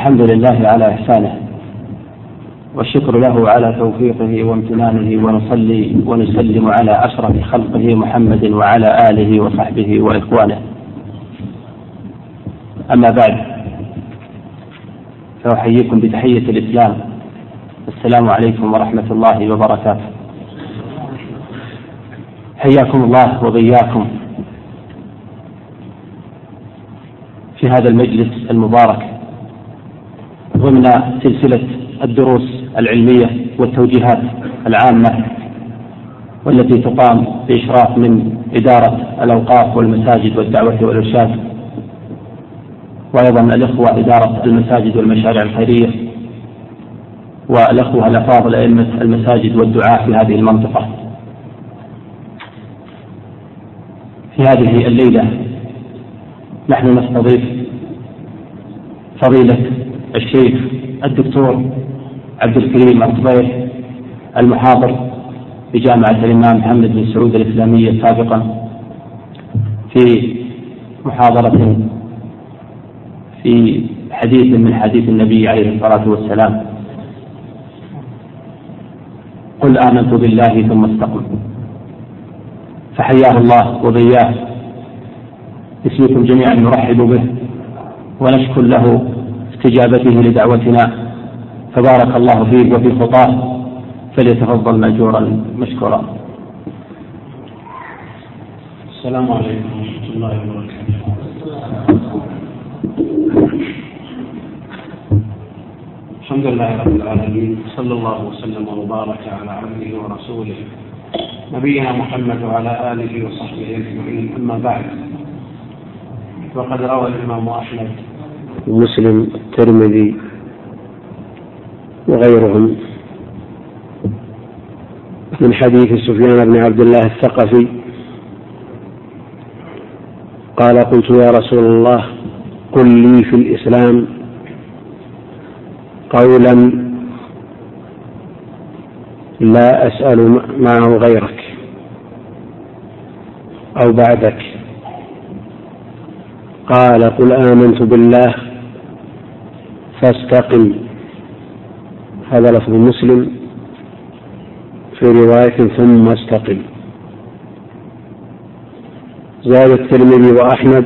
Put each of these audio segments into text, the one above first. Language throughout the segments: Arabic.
الحمد لله على إحسانه، والشكر له على توفيقه وامتنانه، ونصلي ونسلم على أشرف خلقه محمد وعلى آله وصحبه وإخوانه. أما بعد، فأحييكم بتحية الإسلام، السلام عليكم ورحمة الله وبركاته. حياكم الله وبياكم في هذا المجلس المبارك ضمن سلسلة الدروس العلمية والتوجيهات العامة والتي تقام بإشراف من إدارة الأوقاف والمساجد والدعوة والإرشاد، وأيضا الإخوة إدارة المساجد والمشاريع الخيرية، والأخوة الأفاضل أئمة المساجد والدعاة في هذه المنطقة. في هذه الليلة نحن نستضيف فضيلة الشيخ الدكتور عبد الكريم الصبيح، المحاضر بجامعة الإمام محمد بن سعود الإسلامية سابقا، في محاضرة في حديث من حديث النبي عليه الصلاة والسلام: قل آمنت بالله ثم استقم. فحياه الله وبياه، باسمكم جميعا نرحب به ونشكر له استجابته لدعوتنا، فبارك الله فيه وفي خطاه، فليتفضل مأجورا مشكورا. السلام عليكم ورحمة الله وبركاته. الحمد لله رب العالمين، صلى الله وسلم وبارك على عبده ورسوله نبينا محمد وعلى آله وصحبه أجمعين. أما بعد، وقد روى الإمام أحمد ومسلم الترمذي وغيرهم من حديث سفيان بن عبد الله الثقفي قال: قلت يا رسول الله قل لي في الإسلام قولا لا أسأل معه غيرك أو بعدك. قال: قل آمنت بالله فاستقم. هذا لفظ مسلم، في رواية ثم استقم. زاد الترمذي وأحمد: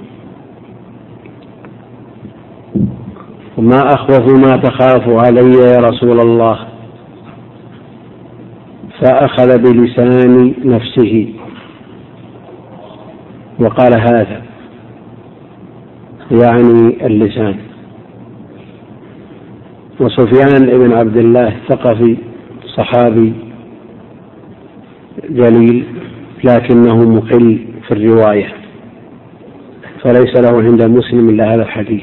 ما أخوف ما تخاف علي يا رسول الله، فأخذ بلسان نفسه وقال هذا، يعني اللسان. وسفيان بن عبد الله الثقفي صحابي جليل، لكنه مقل في الرواية، فليس له عند مسلم إلا هذا الحديث.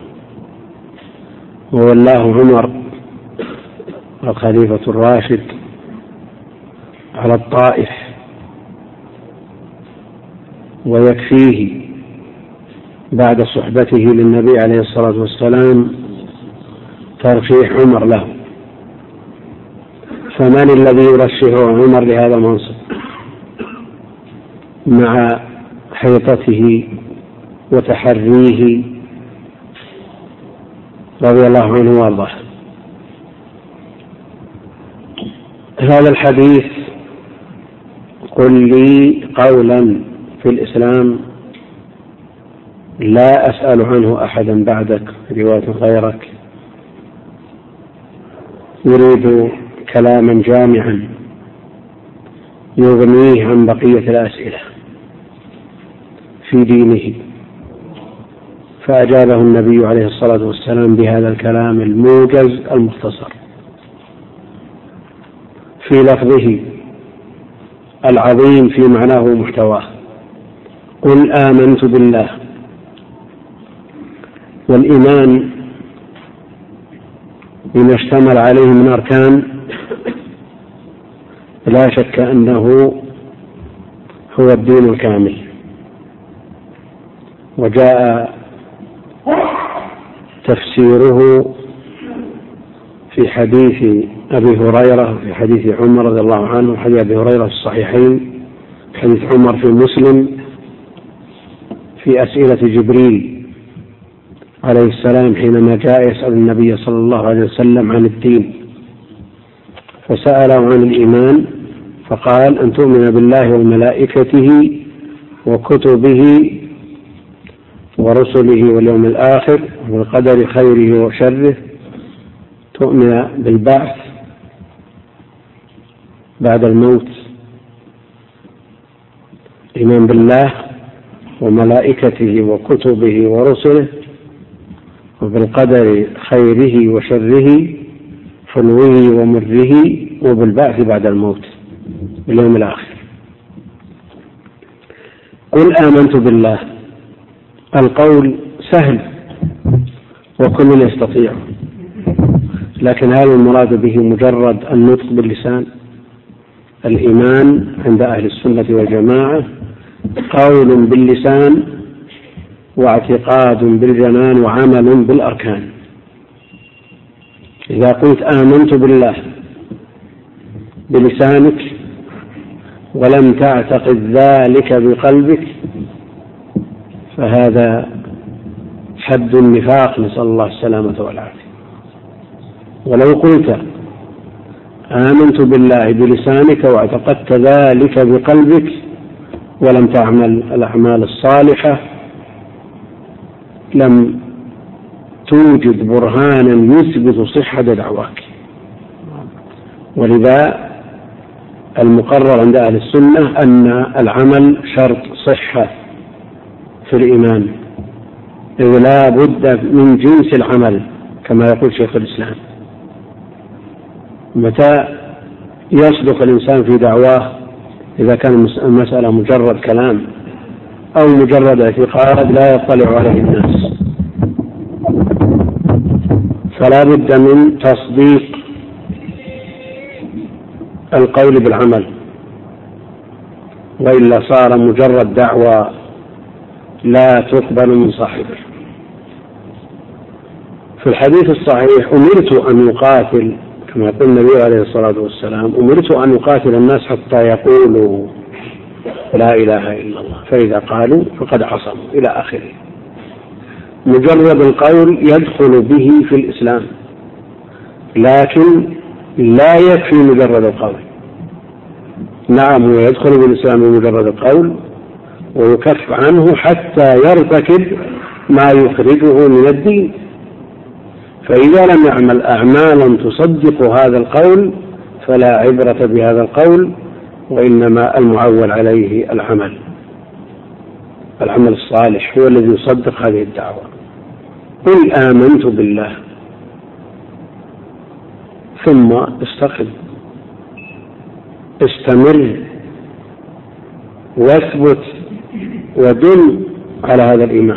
وولاه عمر الخليفة الراشد على الطائف، ويكفيه بعد صحبته للنبي عليه الصلاة والسلام ترشيح عمر له. فمن الذي يرشح عمر لهذا المنصب مع حيطته وتحريه رضي الله عنه وارضاه؟ هذا الحديث: قل لي قولا في الإسلام لا أسأل عنه أحدا بعدك، رواية غيرك، يريد كلاما جامعا يغنيه عن بقية الأسئلة في دينه، فأجابه النبي عليه الصلاة والسلام بهذا الكلام الموجز المختصر في لفظه العظيم في معناه ومحتواه: قل آمنت بالله. والإيمان بما اشتمل عليه من أركان لا شك أنه هو الدين الكامل. وجاء تفسيره في حديث أبي هريرة، في حديث عمر رضي الله عنه، حديث أبي هريرة في الصحيحين، حديث عمر في مسلم، في أسئلة جبريل عليه السلام حينما جاء يسأل النبي صلى الله عليه وسلم عن الدين، فسأله عن الإيمان فقال: أن تؤمن بالله وملائكته وكتبه ورسله واليوم الآخر والقدر خيره وشره، تؤمن بالبعث بعد الموت، إيمان بالله وملائكته وكتبه ورسله وبالقدر خيره وشره حلوه ومره وبالبعث بعد الموت باليوم الآخر. قل آمنت بالله، القول سهل وكل يستطيع، لكن هل المراد به مجرد النطق باللسان؟ الإيمان عند أهل السنة والجماعة قول باللسان واعتقاد بالجنان وعمل بالأركان. إذا قلت آمنت بالله بلسانك ولم تعتقد ذلك بقلبك فهذا حد النفاق، نسأل الله السلامة والعافية. ولو قلت آمنت بالله بلسانك واعتقدت ذلك بقلبك ولم تعمل الأعمال الصالحة لم توجد برهانا يثبت صحة دعواك. ولذا المقرر عند أهل السنة أن العمل شرط صحة في الإيمان، إذ لا بد من جنس العمل كما يقول شيخ الإسلام. متى يصدق الإنسان في دعواه؟ إذا كان المسألة مجرد كلام أو مجرد اعتقاد لا يطلع عليه الناس، فلا بد من تصديق القول بالعمل، وإلا صار مجرد دعوة لا تقبل من صاحبه. في الحديث الصحيح: أمرت أن أقاتل، كما يقول النبي عليه الصلاة والسلام: أمرت أن أقاتل الناس حتى يقولوا لا إله إلا الله، فإذا قالوا فقد عصموا، إلى آخره. مجرد القول يدخل به في الإسلام، لكن لا يكفي مجرد القول. نعم، هو يدخل بالإسلام بمجرد القول ويكف عنه حتى يرتكب ما يخرجه من الدين، فإذا لم يعمل أعمالا تصدق هذا القول فلا عبرة بهذا القول، وإنما المعول عليه العمل الصالح هو الذي يصدق هذه الدعوة. قل آمنت بالله ثم استقم، استمر واثبت ودل على هذا الإيمان.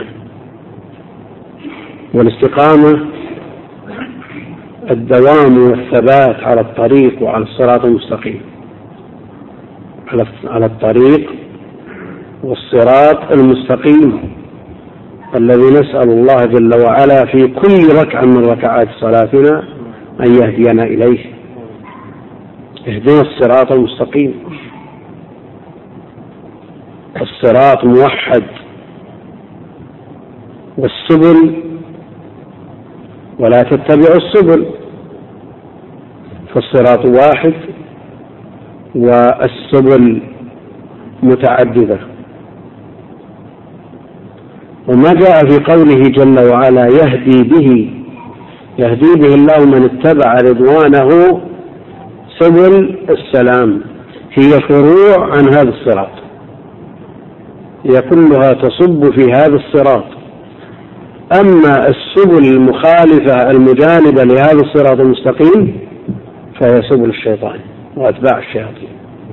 والاستقامة الدوام والثبات على الطريق وعلى الصراط المستقيم، على الطريق والصراط المستقيم الذي نسأل الله جل وعلا في كل ركعة من ركعات صلاتنا أن يهدينا إليه. اهدنا الصراط المستقيم، الصراط موحد، والسبل ولا تتبعوا السبل، فالصراط واحد والسبل متعددة. وما جاء في قوله جل وعلا يهدي به الله من اتبع رضوانه سبل السلام، هي فروع عن هذا الصراط، هي كلها تصب في هذا الصراط. أما السبل المخالفة المجانبة لهذا الصراط المستقيم فهي سبل الشيطان وأتباع الشياطين.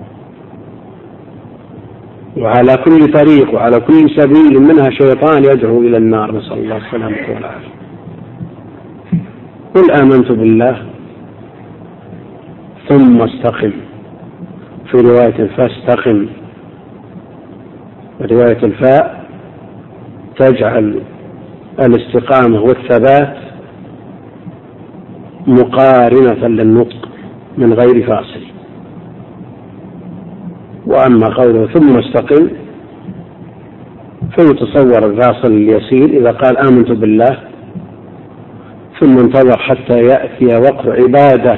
وعلى كل طريق وعلى كل سبيل منها شيطان يدعو إلى النار، نسأل الله السلامة والعافية. قل آمنت بالله ثم استقم، في رواية فاستقم، ورواية الفاء تجعل الاستقامة والثبات مقارنة للنطق من غير فاصل. وأما قوله ثم استقم فيتصور الفاصل اليسير إذا قال آمنت بالله ثم انتظر حتى يأتي وقت عبادة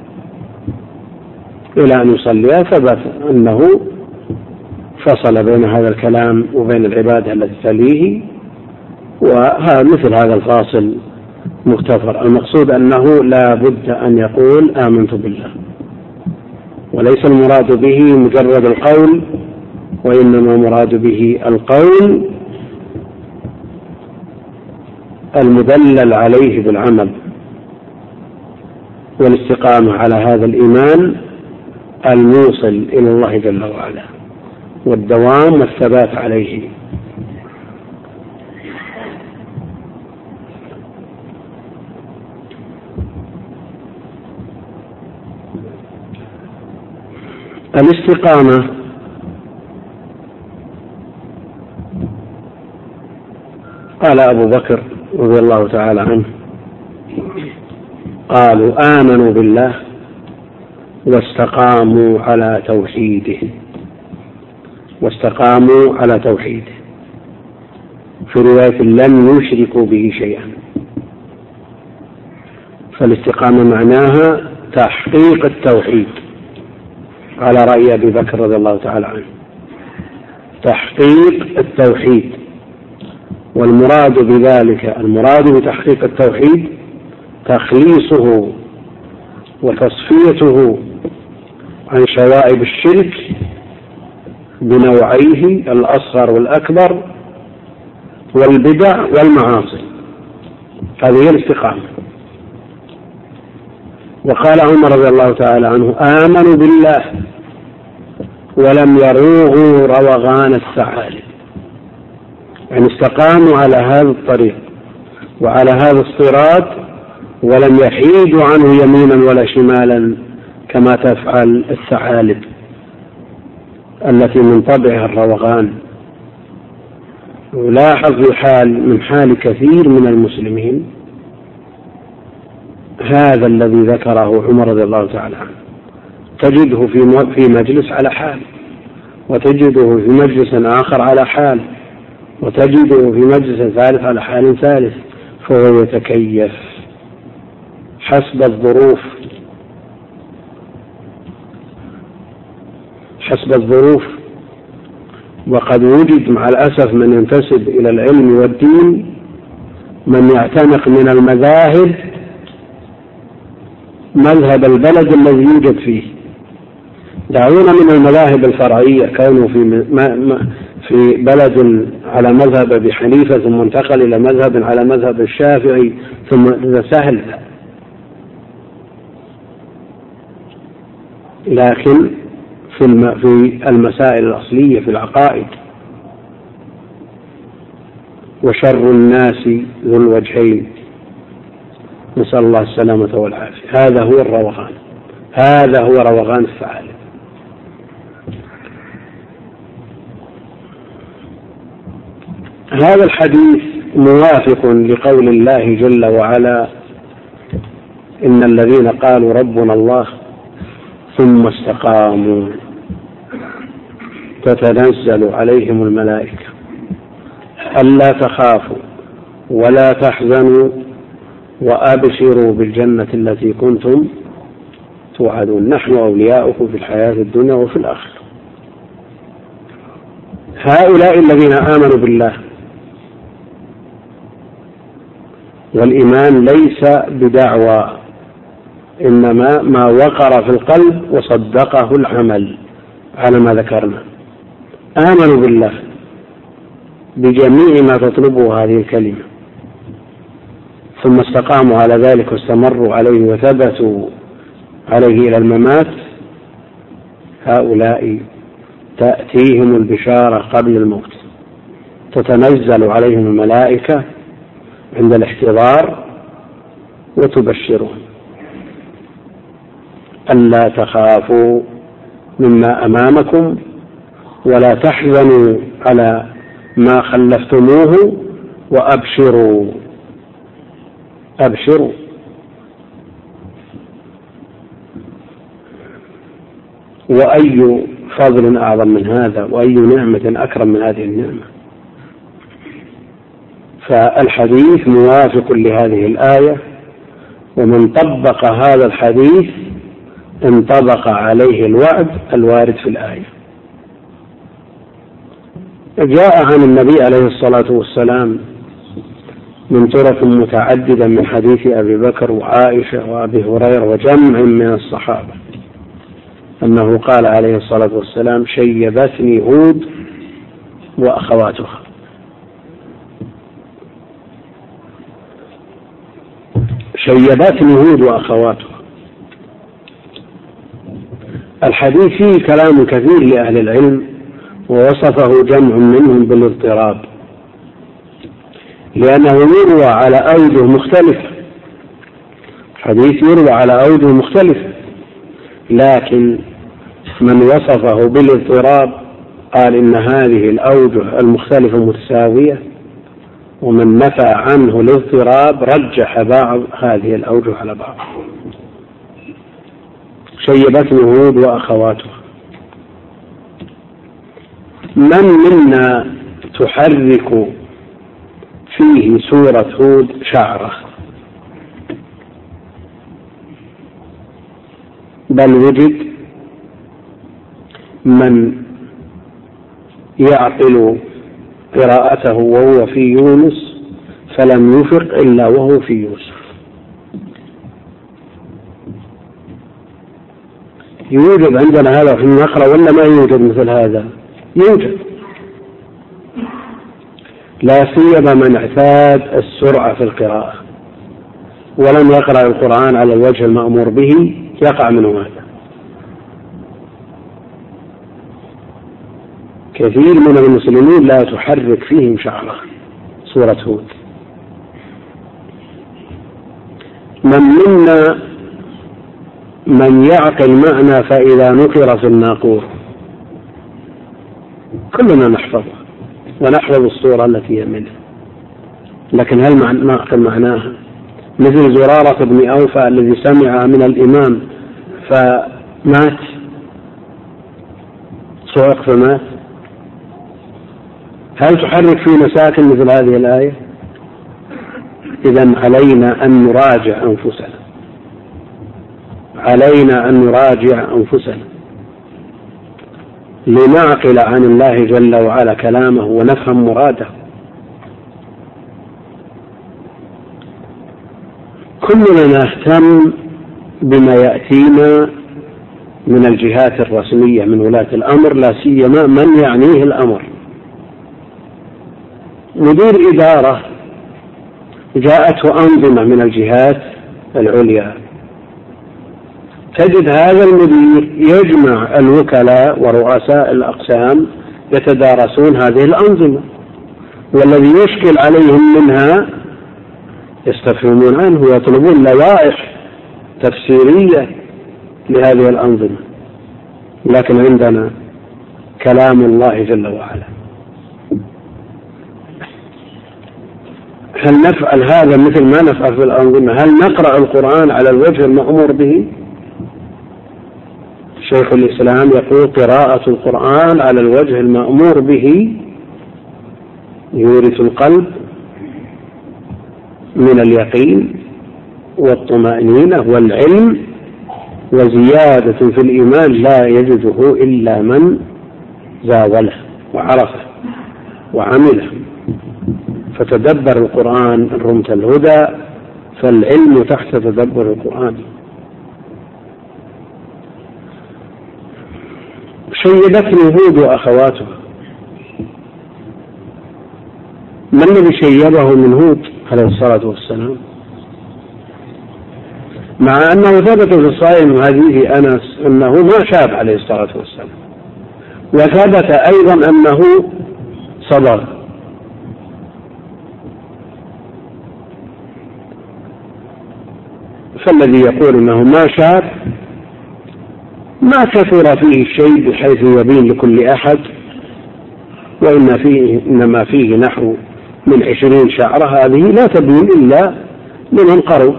إلى أن يصليها، ثبت أنه فصل بين هذا الكلام وبين العبادة التي تليه، ومثل هذا الفاصل مغتفر. المقصود أنه لا بد أن يقول آمنت بالله، وليس المراد به مجرد القول، وإنما مراد به القول المدلل عليه بالعمل، والاستقامة على هذا الإيمان الموصل إلى الله جل وعلا، والدوام والثبات عليه. الاستقامة قال أبو بكر رضي الله تعالى عنه: قالوا آمنوا بالله واستقاموا على توحيده، واستقاموا على توحيده، في رواية لم يشركوا به شيئا. فالاستقامة معناها تحقيق التوحيد على رأي أبي بكر رضي الله تعالى عنه، تحقيق التوحيد. والمراد بذلك، المراد بتحقيق التوحيد تخليصه وتصفيته عن شوائب الشرك بنوعيه الأصغر والأكبر والبدع والمعاصي. هذه هي الاستقامة. وقال عمر رضي الله تعالى عنه: آمنوا بالله ولم يروغوا روغان الثعالب. يعني استقاموا على هذا الطريق وعلى هذا الصراط، ولم يحيدوا عنه يمينا ولا شمالا كما تفعل الثعالب التي من طبعها الروغان. ولاحظ من حال كثير من المسلمين هذا الذي ذكره عمر رضي الله تعالى عنه، تجده في مجلس على حال، وتجده في مجلس آخر على حال، وتجده في مجلس ثالث على حال ثالث، فهو يتكيف حسب الظروف، حسب الظروف. وقد وجد مع الأسف من ينتسب إلى العلم والدين من يعتنق من المذاهب مذهب البلد الذي يوجد فيه. دعونا من المذاهب الفرعية، كونه في بلد على مذهب أبي حنيفة ثم انتقل إلى مذهب على مذهب الشافعي ثم إذا سهل. لكن في المسائل الأصلية في العقائد، وشر الناس ذو الوجهين، نسأل الله السلامة والعافية. هذا هو الروغان، هذا هو روغان الثعالب. هذا الحديث موافق لقول الله جل وعلا: إن الذين قالوا ربنا الله ثم استقاموا تتنزل عليهم الملائكة ألا تخافوا ولا تحزنوا وأبشروا بالجنة التي كنتم توعدون، نحن أولياؤكم في الحياة الدنيا وفي الآخرة. هؤلاء الذين آمنوا بالله، والإيمان ليس بدعوى، إنما ما وقر في القلب وصدقه العمل على ما ذكرنا. آمنوا بالله بجميع ما تطلبه هذه الكلمة، ثم استقاموا على ذلك واستمروا عليه وثبتوا عليه إلى الممات. هؤلاء تأتيهم البشارة قبل الموت، تتنزل عليهم الملائكة عند الاحتضار وتبشرهم ألا تخافوا مما أمامكم ولا تحزنوا على ما خلفتموه وأبشروا. أبشروا. وأي فضل أعظم من هذا، وأي نعمة أكرم من هذه النعمة. فالحديث موافق لهذه الآية ومن طبق هذا الحديث انطبق عليه الوعد الوارد في الآية. جاء عن النبي عليه الصلاة والسلام من طرق متعددة من حديث أبي بكر وعائشة وأبي هريرة وجمع من الصحابة أنه قال عليه الصلاة والسلام: شيبتني هود وأخواتها. شيبتني هود وأخواتها. الحديث فيه كلام كثير لأهل العلم، ووصفه جمع منهم بالاضطراب، لأنه يروى على أوجه مختلفة. حديث يروى على أوجه مختلفة، لكن من وصفه بالاضطراب قال إن هذه الأوجه المختلفة متساوية، ومن نفى عنه الاضطراب رجح بعض هذه الأوجه على بعض. شيبتني هود وأخواتها. من منا تحرك فيه سورة هود شعره؟ بل وجد من يعقل قراءته وهو في يونس فلم يفق إلا وهو في يوسف. يوجد عندنا هذا في النقرة ولا ما يوجد مثل هذا؟ يوجد، لا سيما من اعتاد السرعة في القراءة ولم يقرأ القرآن على الوجه المأمور به يقع منه هذا. كثير من المسلمين لا تحرك فيهم شعره سورة هود. من منا من يعقل معنى فإذا نقر في الناقور؟ كلنا نحفظها ونحفظ الصورة التي هي منها، لكن هل نعقل معناها؟ مثل زرارة بن أوفى الذي سمع من الإمام فمات، صعق فمات. هل تحرك فينا ساكن مثل هذه الآية؟ إذن علينا أن نراجع أنفسنا، علينا أن نراجع أنفسنا لنعقل عن الله جل وعلا كلامه ونفهم مراده. كلنا نهتم بما يأتينا من الجهات الرسمية من ولاة الأمر، لا سيما من يعنيه الأمر. مدير إدارة جاءته أنظمة من الجهات العليا، تجد هذا المدير يجمع الوكلاء ورؤساء الأقسام يتدارسون هذه الأنظمة، والذي يشكل عليهم منها يستفهمون عنه ويطلبون لوائح تفسيرية لهذه الأنظمة. لكن عندنا كلام الله جل وعلا. هل نفعل هذا مثل ما نفعل في الأنظمة؟ هل نقرأ القرآن على الوجه المأمور به؟ شيخ الإسلام يقول: قراءة القرآن على الوجه المأمور به يورث القلب من اليقين والطمأنينة والعلم وزيادة في الإيمان لا يجده إلا من زاوله وعرفه وعمله. فتدبر القرآن رمت الهدى، فالعلم تحت تدبر القرآن. شيبتني هود وأخواتها. ما الذي شيبه من هود عليه الصلاة والسلام؟ مع أنه ثبت في الصحيح من حديث أنس أنه ما شاب عليه الصلاة والسلام، وثبت أيضا أنه صبر. فالذي يقول أنه ما شاب ما كثر فيه الشيء بحيث يبين لكل أحد، إنما فيه نحو من 20 شعرة، هذه لا تبين إلا لمن قروا،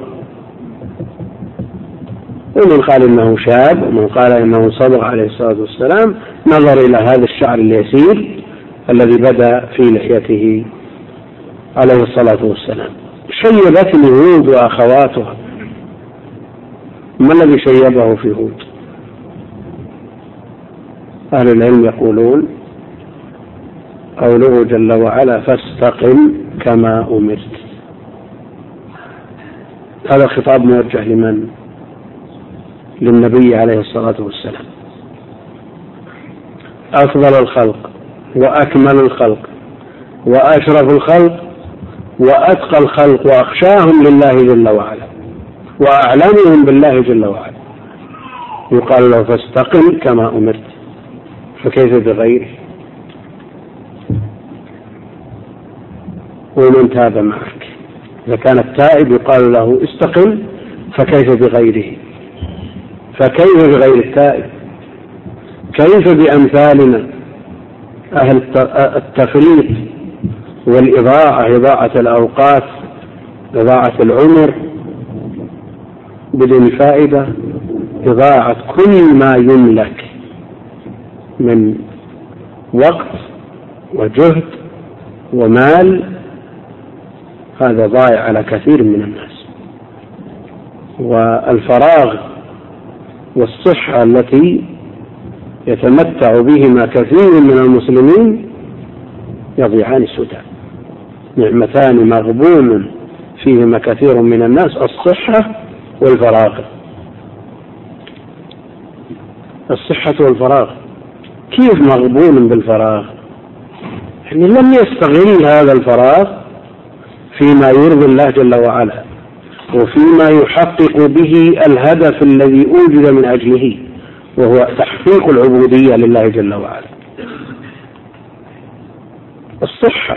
ومن قال إنه شاب ومن قال إنه صبغ عليه الصلاة والسلام نظر إلى هذا الشعر اليسير الذي بدأ في لحيته عليه الصلاة والسلام. شيبتني هود وأخواتها. ما الذي شيبه في هود؟ أهل العلم يقولون قوله جل وعلا فاستقم كما أمرت. هذا خطاب موجه لمن؟ للنبي عليه الصلاة والسلام، أفضل الخلق وأكمل الخلق وأشرف الخلق وأتقى الخلق وأخشاهم لله جل وعلا وأعلمهم بالله جل وعلا، يقال له فاستقم كما أمرت، فكيف بغيره؟ ومن تاب معك، إذا كان التائب يقال له استقم، فكيف بغيره؟ فكيف بغير التائب؟ كيف بأمثالنا أهل التفريط والإضاعة، إضاعة الأوقات، إضاعة العمر بدون فائدة، إضاعة كل ما يملك من وقت وجهد ومال، هذا ضائع على كثير من الناس. والفراغ والصحة التي يتمتع بهما كثير من المسلمين يضيعان سدى، نعمتان مغبون فيهما كثير من الناس، الصحة والفراغ. الصحة والفراغ، كيف مغبون بالفراغ؟ يعني لم يستغل هذا الفراغ فيما يرضي الله جل وعلا وفيما يحقق به الهدف الذي أوجد من أجله، وهو تحقيق العبودية لله جل وعلا. الصحة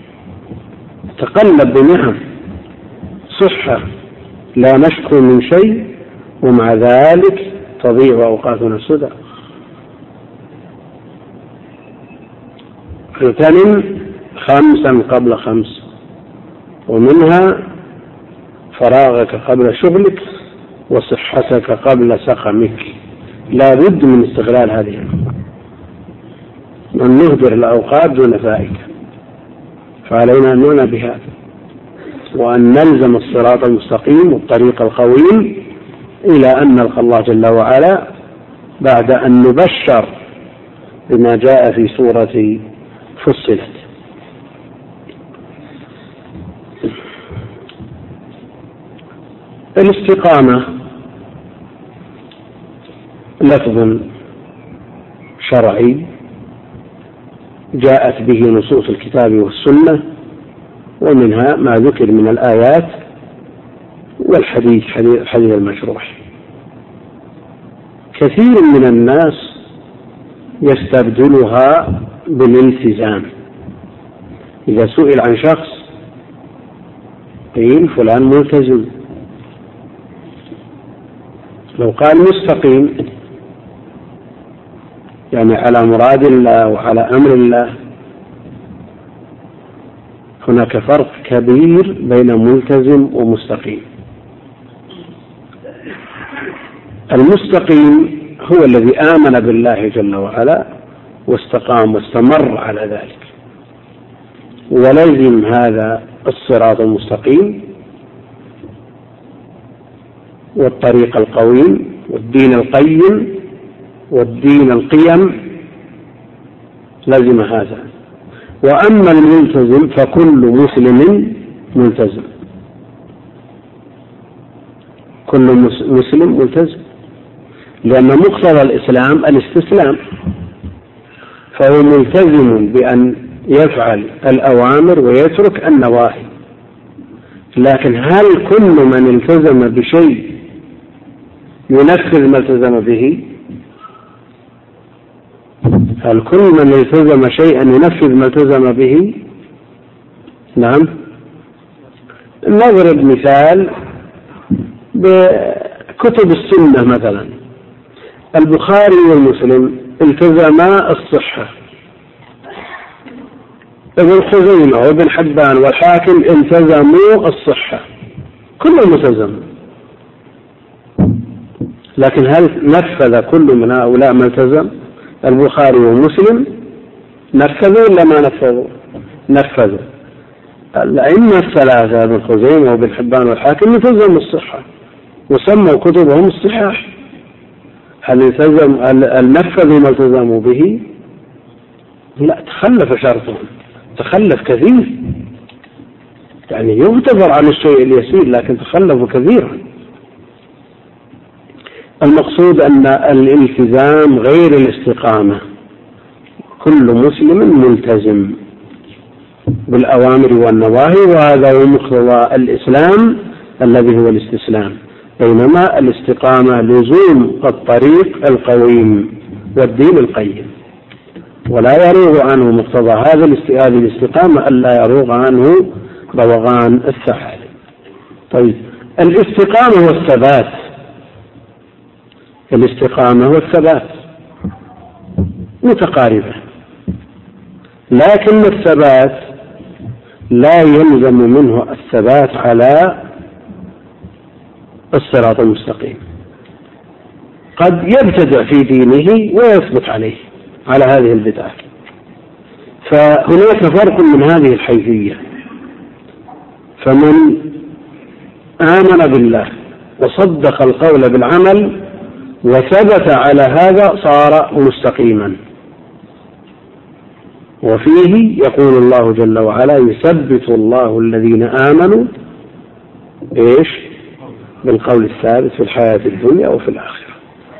تقلب بنعم، صحة لا نشكو من شيء، ومع ذلك تضيع أوقاتنا السدى. اغتنم 5 قبل 5، ومنها فراغك قبل شغلك وصحتك قبل سقمك. لا بد من استغلال هذه، أن نهدر الأوقات دون فائدة، فعلينا أن نعنى بهذا، وأن نلزم الصراط المستقيم والطريق القويم إلى أن نلقى الله جل وعلا بعد أن نبشر بما جاء في سورة فصلت. الاستقامة لفظ شرعي جاءت به نصوص الكتاب والسنة، ومنها ما ذكر من الآيات والحديث، حديث المشروح. كثير من الناس يستبدلها بالالتزام. إذا سئل عن شخص قيل فلان ملتزم، لو قال مستقيم يعني على مراد الله وعلى أمر الله. هناك فرق كبير بين ملتزم ومستقيم. المستقيم هو الذي آمن بالله جل وعلا واستقام واستمر على ذلك ولزم هذا الصراط المستقيم والطريق القويم والدين القيم والدين القيم، لزم هذا. وأما الملتزم فكل مسلم ملتزم، كل مسلم ملتزم، لأن مقتضى الإسلام الاستسلام، فهو ملتزم بأن يفعل الأوامر ويترك النواهي. لكن هل كل من التزم بشيء ينفذ ما التزم به؟ هل كل من التزم شيئا ينفذ ما التزم به؟ نعم. نضرب مثال بكتب السنة مثلا، البخاري ومسلم التزما الصحة، ابن خزيمة وابن حبان والحاكم التزموا الصحة، كلهم ملتزم. لكن هل نفذ كل من هؤلاء ما التزم؟ البخاري ومسلم نفذوا ولا ما نفذوا؟ نفذوا. الأئمة الثلاثة ابن خزيمة وابن حبان والحاكم التزموا الصحة وسموا كتبهم الصحاح. هل نفذوا ما التزموا به؟ لا، تخلف شرطهم، تخلف كثير، يعني يغتفر عن الشيء اليسير لكن تخلفوا كثيرا. المقصود أن الالتزام غير الاستقامة. كل مسلم ملتزم بالأوامر والنواهي، وهذا هو مقتضى الإسلام الذي هو الاستسلام، بينما الاستقامة لزوم الطريق القويم والدين القيم، ولا يروغ عنه مقتضى هذه الاستقامة ألا يروغ عنه روغان الثعالب. طيب، الاستقامة والثبات. الاستقامة والثبات متقاربة، لكن الثبات لا يلزم منه الثبات على الصراط المستقيم. قد يبتدع في دينه ويثبت عليه على هذه البدعة، فهناك فرق من هذه الحيثية. فمن آمن بالله وصدق القول بالعمل وثبت على هذا صار مستقيما. وفيه يقول الله جل وعلا: يثبت الله الذين آمنوا بالقول الثابت في الحياة الدنيا وفي الآخرة.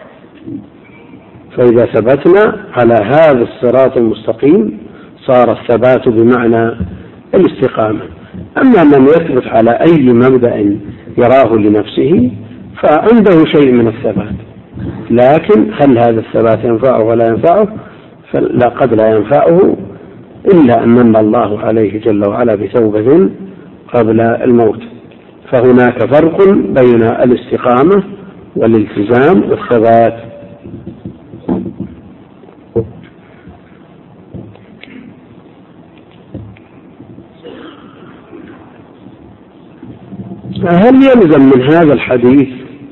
فإذا ثبتنا على هذا الصراط المستقيم صار الثبات بمعنى الاستقامة. أما من يثبت على أي مبدأ يراه لنفسه فعنده شيء من الثبات، لكن هل هذا الثبات ينفعه ولا ينفعه؟ فلا، قد لا ينفعه إلا أن من الله عليه جل وعلا بتوبة قبل الموت. فهناك فرق بين الاستقامة والالتزام والثبات. هل يلزم من هذا الحديث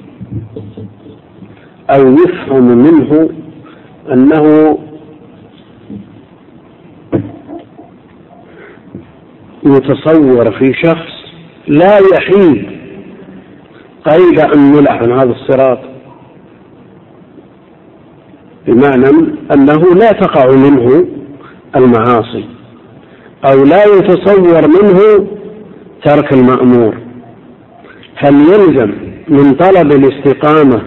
أو يفهم منه أنه يتصور في شخص لا يحيد قيد أنملة عن هذا الصراط، بمعنى أنه لا تقع منه المعاصي، أو لا يتصور منه ترك المأمور؟ هل يلزم من طلب الاستقامة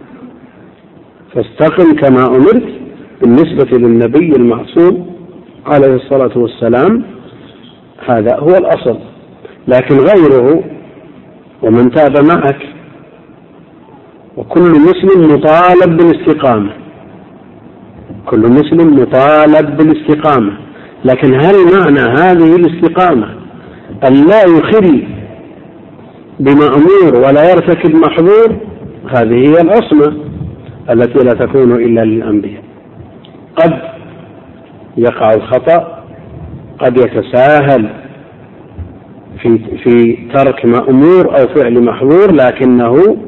فاستقم كما أمرت بالنسبة للنبي المعصوم عليه الصلاة والسلام؟ هذا هو الأصل. لكن غيره ومن تاب معك، وكل مسلم مطالب بالاستقامة، كل مسلم مطالب بالاستقامة، لكن هل معنى هذه الاستقامة أن لا يخل بمأمور ولا يرتكب محظور؟ هذه هي العصمة التي لا تكون إلا للأنبياء. قد يقع الخطأ، قد يتساهل في ترك مأمور أو فعل محظور، لكنه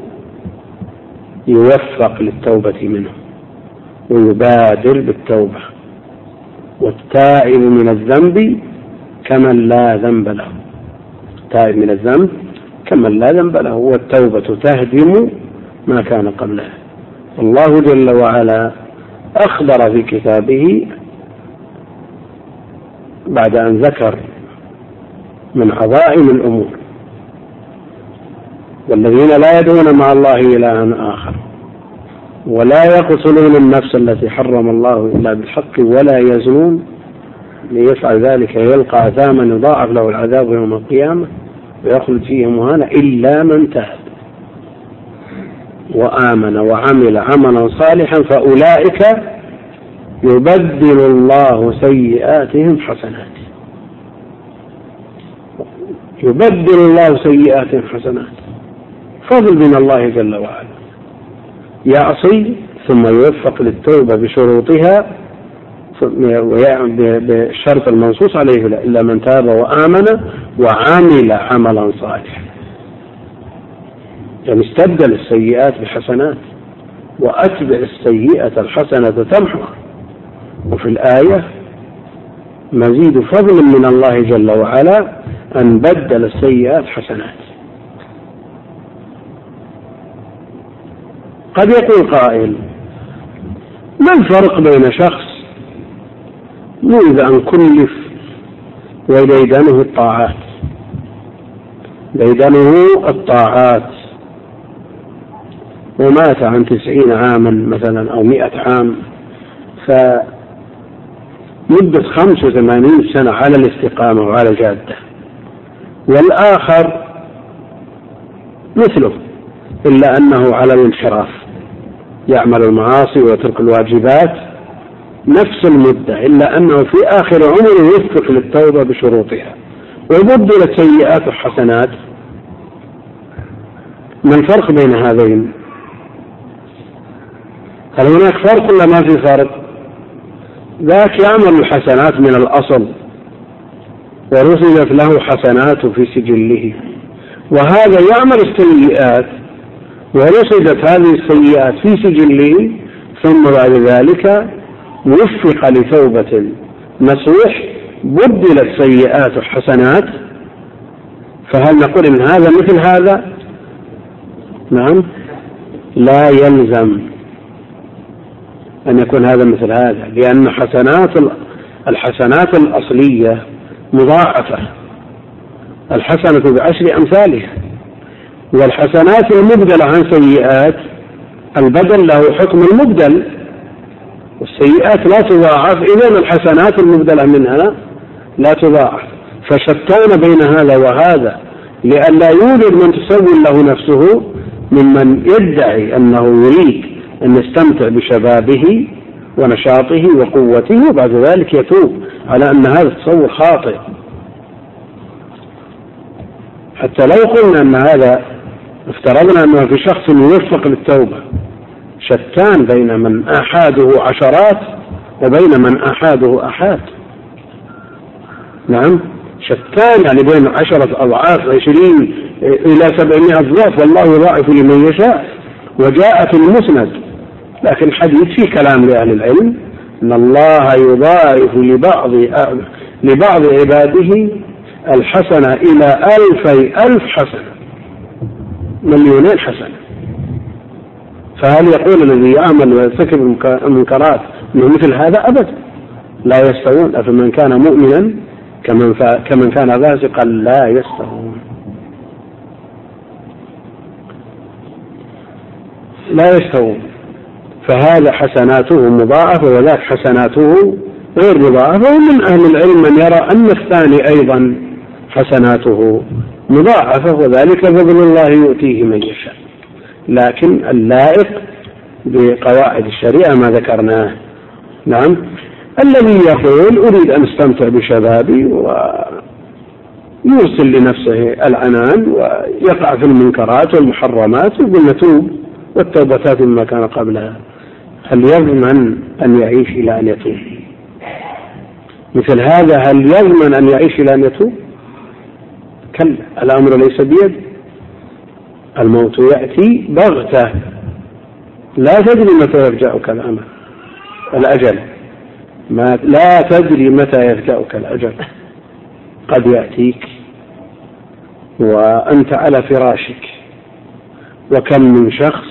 يوفق للتوبة منه ويبادر بالتوبة. والتائب من الذنب كمن لا ذنب له، التائب من الذنب كمن لا ذنب له، والتوبة تهدم ما كان قبلها. الله جل وعلا أخبر في كتابه بعد أن ذكر من عظائم الأمور: والذين لا يدعون مع الله إلها آخر، ولا يقتلون النفس التي حرم الله إلا بالحق، ولا يزنون، ليفعل ذلك يلقى عذابا يضاعف له العذاب يوم القيامة ويخلد فيه مهانا، إلا من تاب وآمن وعمل عملا صالحا فأولئك يبدل الله سيئاتهم حسنات. يبدل الله سيئاتهم حسنات، فضل من الله جل وعلا. يعصي ثم يوفق للتوبة بشروطها بالشرط المنصوص عليه: إلا من تاب وآمن وعمل عملا صالحا. يعني استبدل السيئات بحسنات، وأتبع السيئة الحسنة تمحها. وفي الآية مزيد فضل من الله جل وعلا أن بدل السيئات حسنات. قد يقول قائل: ما الفرق بين شخص منذ أن كلف وديدنه الطاعات، ومات عن 90 عاما مثلا أو 100 عام، فمدة 85 سنة على الاستقامة وعلى الجادة، والآخر مثله إلا أنه على الانحراف، يعمل المعاصي ويترك الواجبات نفس المدة، إلا أنه في آخر عمره يوفق للتوبة بشروطها ويبدل سيئات وحسنات. ما الفرق بين هذين؟ هل هناك فرق ولا ما في فرق؟ ذاك يعمل الحسنات من الأصل ورصدت له حسنات في سجله، وهذا يعمل السيئات ورصدت هذه السيئات في سجله، ثم بعد ذلك وفق لتوبة نصوح بدلت سيئات وحسنات. فهل نقول إن هذا مثل هذا؟ نعم، لا يلزم أن يكون هذا مثل هذا، لأن الحسنات الأصلية مضاعفة، الحسنة ب10 أمثالها، والحسنات المبدلة عن سيئات البدل له حكم المبدل، والسيئات لا تضاعف، إذن الحسنات المبدلة منها لا تضاعف. فشتان بين هذا وهذا، لئلا يوجد من تسول له نفسه ممن يدعي أنه يريد أن يستمتع بشبابه ونشاطه وقوته وبعد ذلك يتوب، على أن هذا التصور خاطئ. حتى لو قلنا أن هذا، افترضنا أنه في شخص يوفق للتوبة، شتان بين من أحاده عشرات وبين من أحاده أحاد. نعم، شتان، يعني بين 10 أضعاف، 20 إلى 700 أضعاف، والله يضاعف لمن يشاء. وجاء في المسند، لكن حديث فيه كلام لأهل العلم، أن الله يضاعف لبعض عباده الحسنة إلى 2000 حسنة، 2,000,000 حسنة. فهل يقول الذي يعمل ويرتكب المنكرات أنه مثل هذا؟ أبدا، لا يستوون. أفمن كان مؤمنا كمن كان فاسقا لا يستوون، لا يستوون. فهذا حسناته مضاعفة وذاك حسناته غير مضاعفة. ومن أهل العلم من يرى أن الثاني أيضا حسناته مضاعفة، وذلك فضل الله يؤتيه من يشاء، لكن اللائق بقواعد الشريعة ما ذكرناه. نعم، الذي يقول أريد أن استمتع بشبابي ويرسل لنفسه العنان ويقع في المنكرات والمحرمات، يقول نتوب والتوبتات مما كان قبلها، هل يضمن أن يعيش إلى أن يتوب؟ مثل هذا هل يضمن أن يعيش إلى أن يتوب؟ كلا، الأمر ليس بيد. الموت يأتي بغتة، لا تدري متى يفجأك الأجل، لا تدري متى يفجأك الأجل. قد يأتيك وأنت على فراشك. وكم من شخص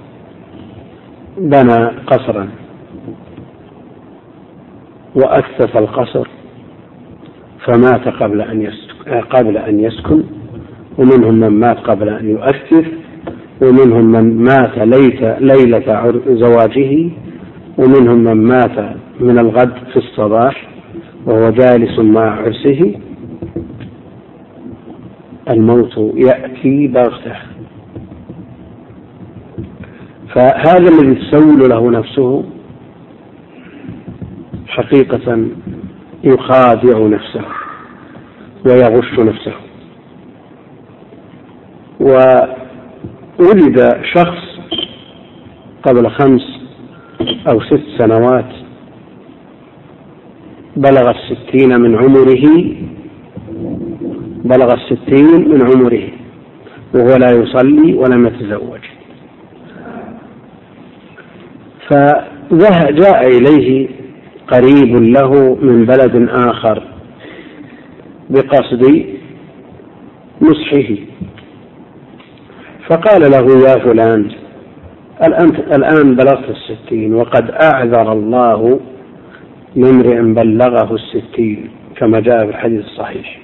بنى قصرا وأسس القصر فمات قبل أن يسكن، ومنهم من مات قبل أن يؤسس، ومنهم من مات ليلة زواجه، ومنهم من مات من الغد في الصباح وهو جالس مع عرسه. الموت يأتي بغتة. فهذا الذي تسول له نفسه حقيقة يخادع نفسه ويغش نفسه. وولد شخص قبل 5 أو 6 سنوات بلغ 60 من عمره وهو لا يصلي ولم يتزوج، فجاء إليه قريب له من بلد آخر بقصد نصحه، فقال له: يا فلان، الآن بلغت 60 وقد أعذر الله لامرئ بلغه 60 كما جاء في الحديث الصحيح.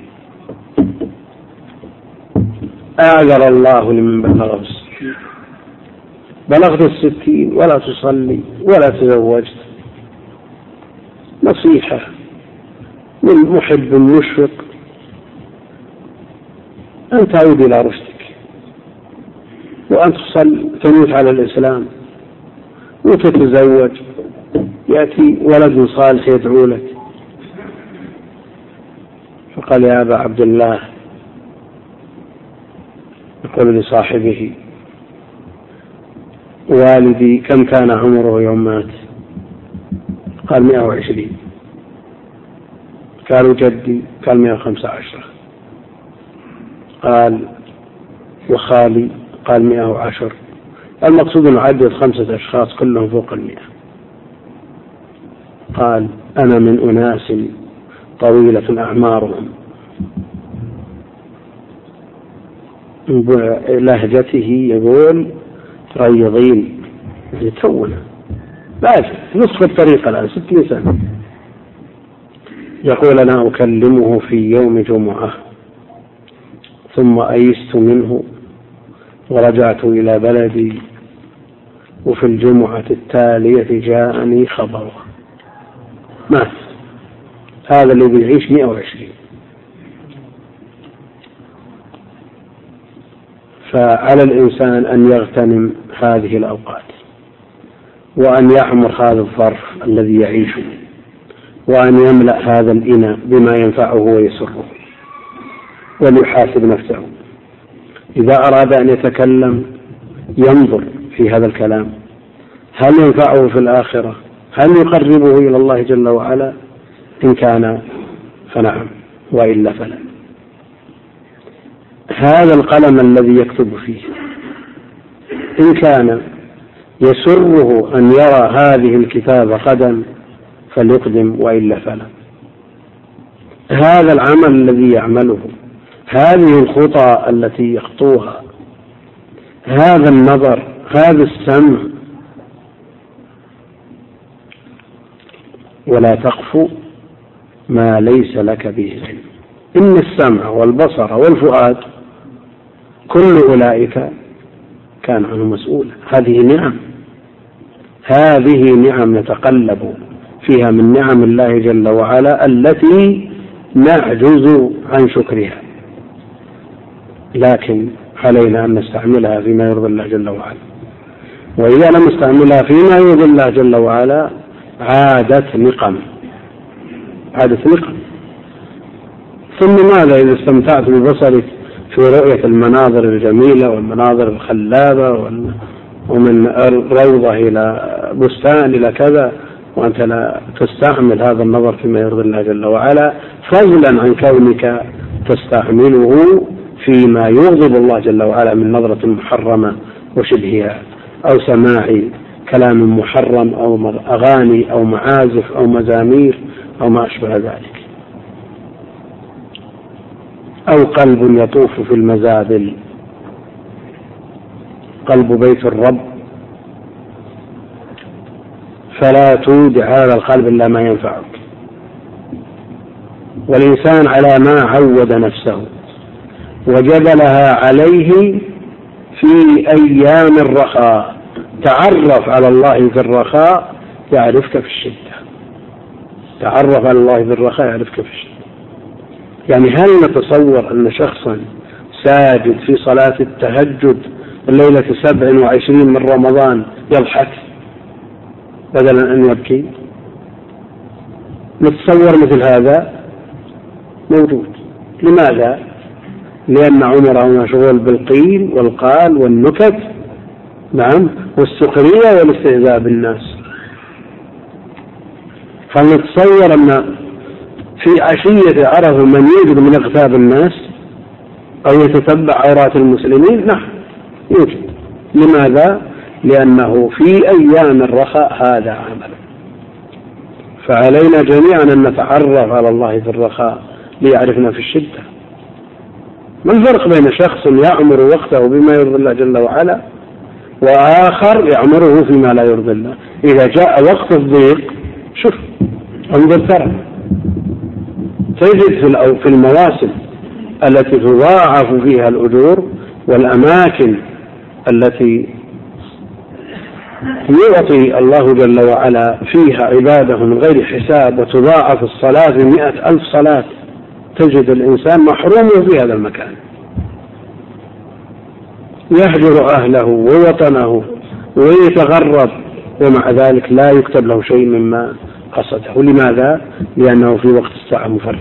أعذر الله لمن بلغه 60. بلغت 60 ولا تصلي ولا تزوجت، نصيحة من محب مشفق أن تعود إلى رشدك وأن تموت على الإسلام وتتزوج، يأتي ولد صالح يدعو لك. فقال يا أبا عبد الله، يقول لصاحبه والدي كم كان عمره يوم مات؟ قال 120. قالوا جدي؟ قال 115. قال وخالي؟ قال 110. المقصود أن عدد 5 أشخاص كلهم فوق 100. قال أنا من أناس طويلة أعمارهم، لهجته يقول ريضين يتونه بعد نصف الطريق الآن 60 سنة. يقول أنا أكلمه في يوم جمعة ثم أيست منه ورجعت إلى بلدي، وفي الجمعة التالية جاءني خبره مات. هذا اللي بيعيش 120. فعلى الإنسان أن يغتنم هذه الأوقات وأن يعمر هذا الظرف الذي يعيشه وأن يملأ هذا الإناء بما ينفعه ويسره، وليحاسب نفسه إذا أراد أن يتكلم ينظر في هذا الكلام هل ينفعه في الآخرة، هل يقربه إلى الله جل وعلا. إن كان فنعم وإلا فلا. هذا القلم الذي يكتب فيه إن كان يسره أن يرى هذه الكتابة غدا فليقدم وإلا فلا. هذا العمل الذي يعمله، هذه الخطى التي يخطوها، هذا النظر، هذا السمع. ولا تقف ما ليس لك به علم. إن السمع والبصر والفؤاد كل أولئك كان عنه مسؤولا. هذه نعم نتقلب فيها من نعم الله جل وعلا التي نعجز عن شكرها، لكن علينا أن نستعملها فيما يرضي الله جل وعلا. وإذا لم نستعملها فيما يرضي الله جل وعلا عادت نقم. ثم ماذا إذا استمتعت ببصرك في رؤية المناظر الجميلة والمناظر الخلابة ومن روضة إلى بستان إلى كذا، وأنت لا تستعمل هذا النظر فيما يرضي الله جل وعلا، فضلا عن كونك تستعمله فيما يغضب الله جل وعلا من نظرة محرمة وشبهها، أو سماع كلام محرم، أو أغاني، أو معازف، أو مزامير، أو ما أشبه ذلك، أو قلب يطوف في المزابل. قلب بيت الرب، فلا تودع هذا القلب إلا ما ينفعك. والإنسان على ما عود نفسه وجبلها عليه في أيام الرخاء. تعرف على الله في الرخاء يعرفك في الشدة. تعرف على الله في الرخاء يعرفك في الشدة. يعني هل نتصور أن شخصا ساجد في صلاة التهجد الليلة 27 من رمضان يضحك بدلا أن يبكي؟ نتصور مثل هذا موجود. لماذا؟ لأن عمره مشغول بالقيل والقال والنكت، نعم، والسخرية والاستهزاء بالناس. فنتصور أن في عشية عرفه من يوجد من اغتاب الناس أو يتتبع عورات المسلمين. نعم يوجد. لماذا؟ لأنه في أيام الرخاء هذا عمل. فعلينا جميعا أن نتعرف على الله في الرخاء ليعرفنا في الشدة. ما الفرق بين شخص يعمر وقته بما يرضي الله جل وعلا وآخر يعمره فيما لا يرضي الله. إذا جاء وقت الضيق شوف انظر ترى تجد في المواسم التي تضاعف فيها الأجور والأماكن التي يعطي الله جل وعلا فيها عباده من غير حساب وتضاعف الصلاة ب100,000 صلاة، تجد الإنسان محروم في هذا المكان يهجر أهله ووطنه ويتغرب، ومع ذلك لا يكتب له شيء مما قصده. لماذا؟ لأنه في وقت الساعة مفرط.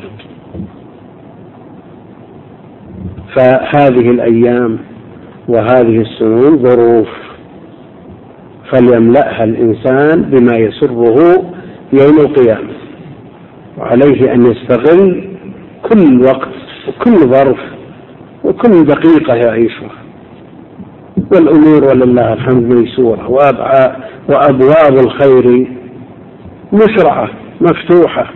فهذه الأيام وهذه السنون ظروف، فليملأها الإنسان بما يسره يوم القيامة، وعليه أن يستغل كل وقت وكل ظرف وكل دقيقة يعيشها، والأمور ولله الحمد ميسورة، وأبواب الخير مشرعة مفتوحة.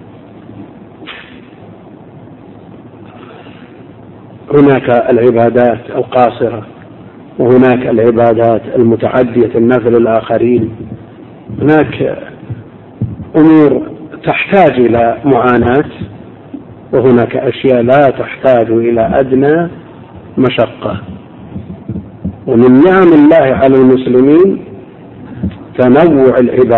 هناك العبادات القاصرة وهناك العبادات المتعدية النفع للآخرين، هناك أمور تحتاج إلى معاناة وهناك أشياء لا تحتاج إلى أدنى مشقة. ومن نعم الله على المسلمين تنوع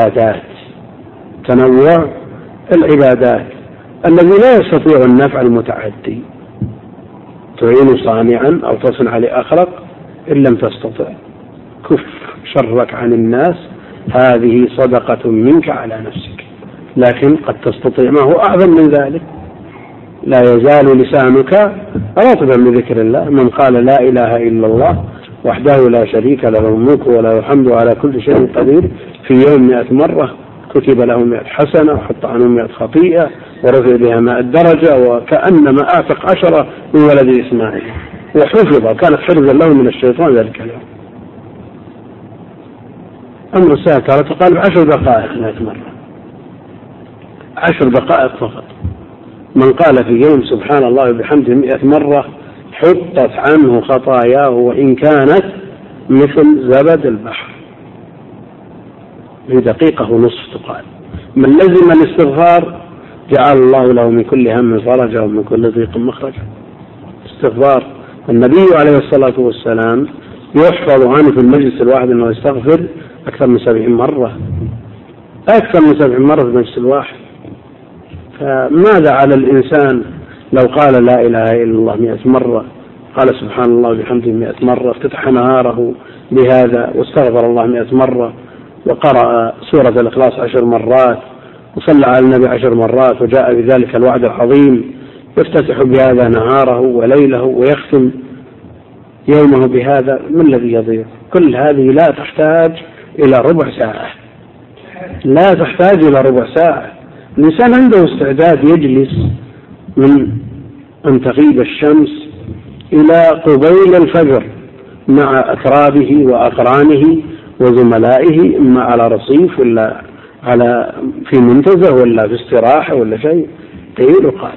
العبادات الذي لا يستطيع النفع المتعدي. تعين صانعا أو تصنع لأخرق إن لم تستطع كف شرك عن الناس، هذه صدقة منك على نفسك. لكن قد تستطيع ما هو أعظم من ذلك. لا يزال لسانك رطبا بذكر الله. من قال لا إله إلا الله وحده لا شريك له الملك وله الحمد على كل شيء قدير في يوم 100 مرة كتب له 100 حسنة وحط عنه 100 خطيئة ورفع بها 100 درجة، وكأنما أعتق 10 من ولد إسماعيل، وحفظ كانت حفظا له من الشيطان ذلك اليوم. أمر الساعة تقال 10 دقائق 100 مرة، 10 دقائق فقط. من قال في يوم سبحان الله وبحمده 100 مرة حطت عنه خطاياه وإن كانت مثل زبد البحر. في دقيقة ونصف تقال. من لزم الاستغفار جعل الله له من كل هم فرجا ومن كل ضيق مخرجا. استغفار النبي عليه الصلاة والسلام يحفظ عنه في المجلس الواحد أنه يستغفر أكثر من 70 مرة، أكثر من 70 مرة في المجلس الواحد. فماذا على الإنسان لو قال لا إله إلا الله 100 مرة، قال سبحان الله وبحمده 100 مرة، افتتح نهاره بهذا واستغفر الله 100 مرة، وقرأ سورة الإخلاص 10 مرات، وصلى على النبي 10 مرات، وجاء بذلك الوعد العظيم، يفتتح بهذا نهاره وليله ويختم يومه بهذا. ما الذي يضيع؟ كل هذه لا تحتاج إلى ربع ساعة، لا تحتاج إلى ربع ساعة. الإنسان عنده استعداد يجلس من أن تغيب الشمس إلى قبيل الفجر مع أترابه وأقرانه وزملائه، إما على رصيف ولا في منتزه ولا في استراحة ولا شيء، قيل وقال.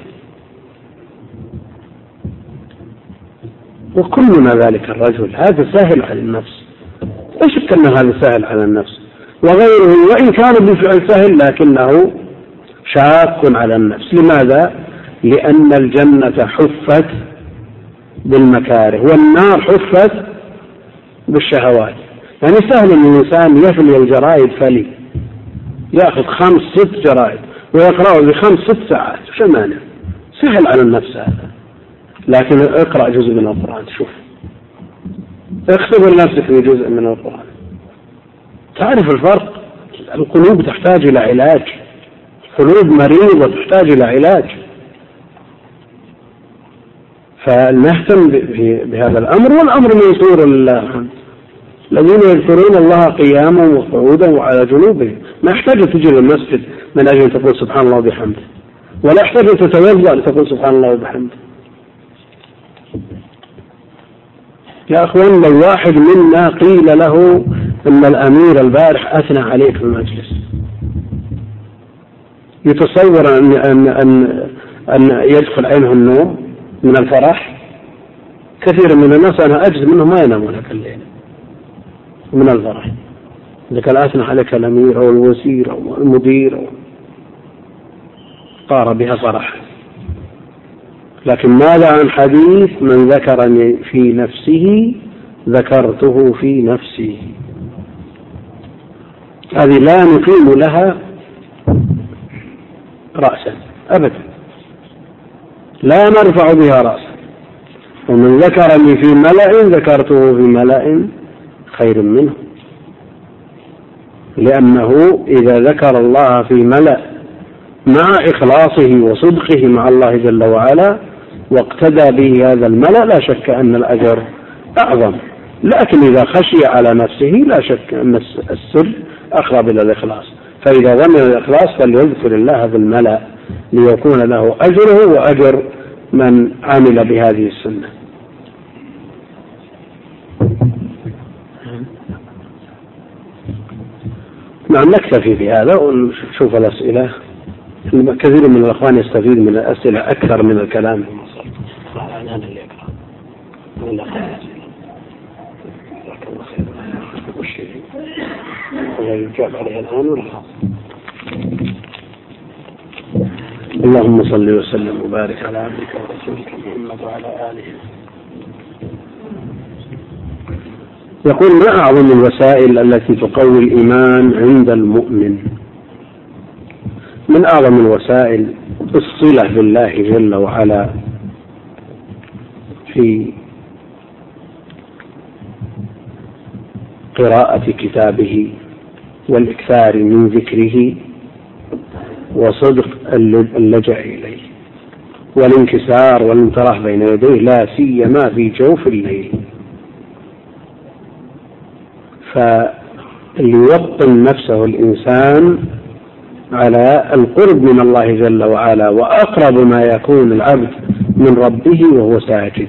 وكلنا ذلك الرجل، هذا سهل على النفس، لا شك أن هذا سهل على النفس، وغيره وإن كان بالفعل سهل لكنه شاق على النفس. لماذا؟ لأن الجنة حفت بالمكاره والنار حفت بالشهوات. يعني سهل أن الإنسان يفلي الجرائد فلي، يأخذ 5-6 جرائد ويقرأه ب5-6 ساعات، شو مانع؟ سهل على النفس هذا. لكن اقرأ جزء من القرآن، شوف، اختبر نفسك في جزء من القرآن، تعرف الفرق. القلوب تحتاج إلى علاج، قلوب مريضة تحتاج إلى علاج. فلنهتم بهذا الأمر، والأمر ميسور لله. الذين يذكرون الله قياما وقعودا وعلى جنوبهم، ما يحتاج تجي للمسجد من أجل أن تقول سبحان الله وبحمده، ولا يحتاج أن تتوضأ لتقول سبحان الله وبحمده. يا أخوان، لو واحد منا قيل له أن الأمير البارح أثنى عليك في المجلس، يتصور أن يدخل عينه النوم من الفرح. كثير من الناس أنا أجد منهم ما ينامون هذا الليل، من الفرح. إذا كان أثنى عليك الأمير أو الوزير أو المدير طار بها فرح. لكن ماذا عن حديث من ذكرني في نفسه ذكرته في نفسي؟ هذه لا نقيم لها رأسا أبدا، لا نرفع بها رأسا. ومن ذكرني في ملأ ذكرته في ملأ خير منه، لأنه إذا ذكر الله في ملأ مع إخلاصه وصدقه مع الله جل وعلا واقتدى به هذا الملأ لا شك أن الأجر أعظم. لكن إذا خشي على نفسه لا شك أن السر أقرب إلى الإخلاص، فإذا ظن الإخلاص فليذكر الله في الملأ ليكون له أجره وأجر من عمل بهذه السنة. نعم، نكتفي بهذا ونشوف الأسئلة. كثير من الأخوان يستفيد من الأسئلة أكثر من الكلام. أنا اللي أقرأ يجاب عليها الآن ولا اللهم صل وسلم وبارك على عبدك ورسولك محمد وعلى آله. يقول: ما أعظم الوسائل التي تقوي الإيمان عند المؤمن؟ من أعظم الوسائل الصلة بالله جل وعلا في قراءة كتابه والإكثار من ذكره وصدق اللجأ إليه والانكسار والانطراح بين يديه، لا سيما في جوف الليل. فليوطن نفسه الإنسان على القرب من الله جل وعلا، وأقرب ما يكون العبد من ربه وهو ساجد.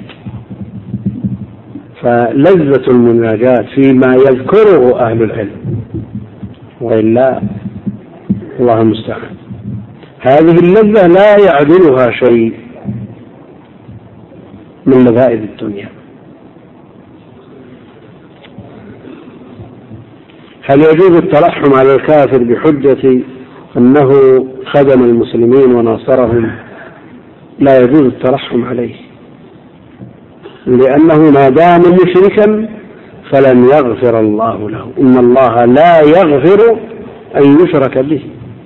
فلذة المناجاة فيما يذكره أهل العلم، وإلا الله المستعان. هذه اللذة لا يعدلها شيء من لذائذ الدنيا. هل يجوز الترحم على الكافر بحجة أنه خدم المسلمين وناصرهم؟ لا يجوز الترحم عليه، لأنه ما دام مشركا فلن يغفر الله له. إن الله لا يغفر أن يشرك به.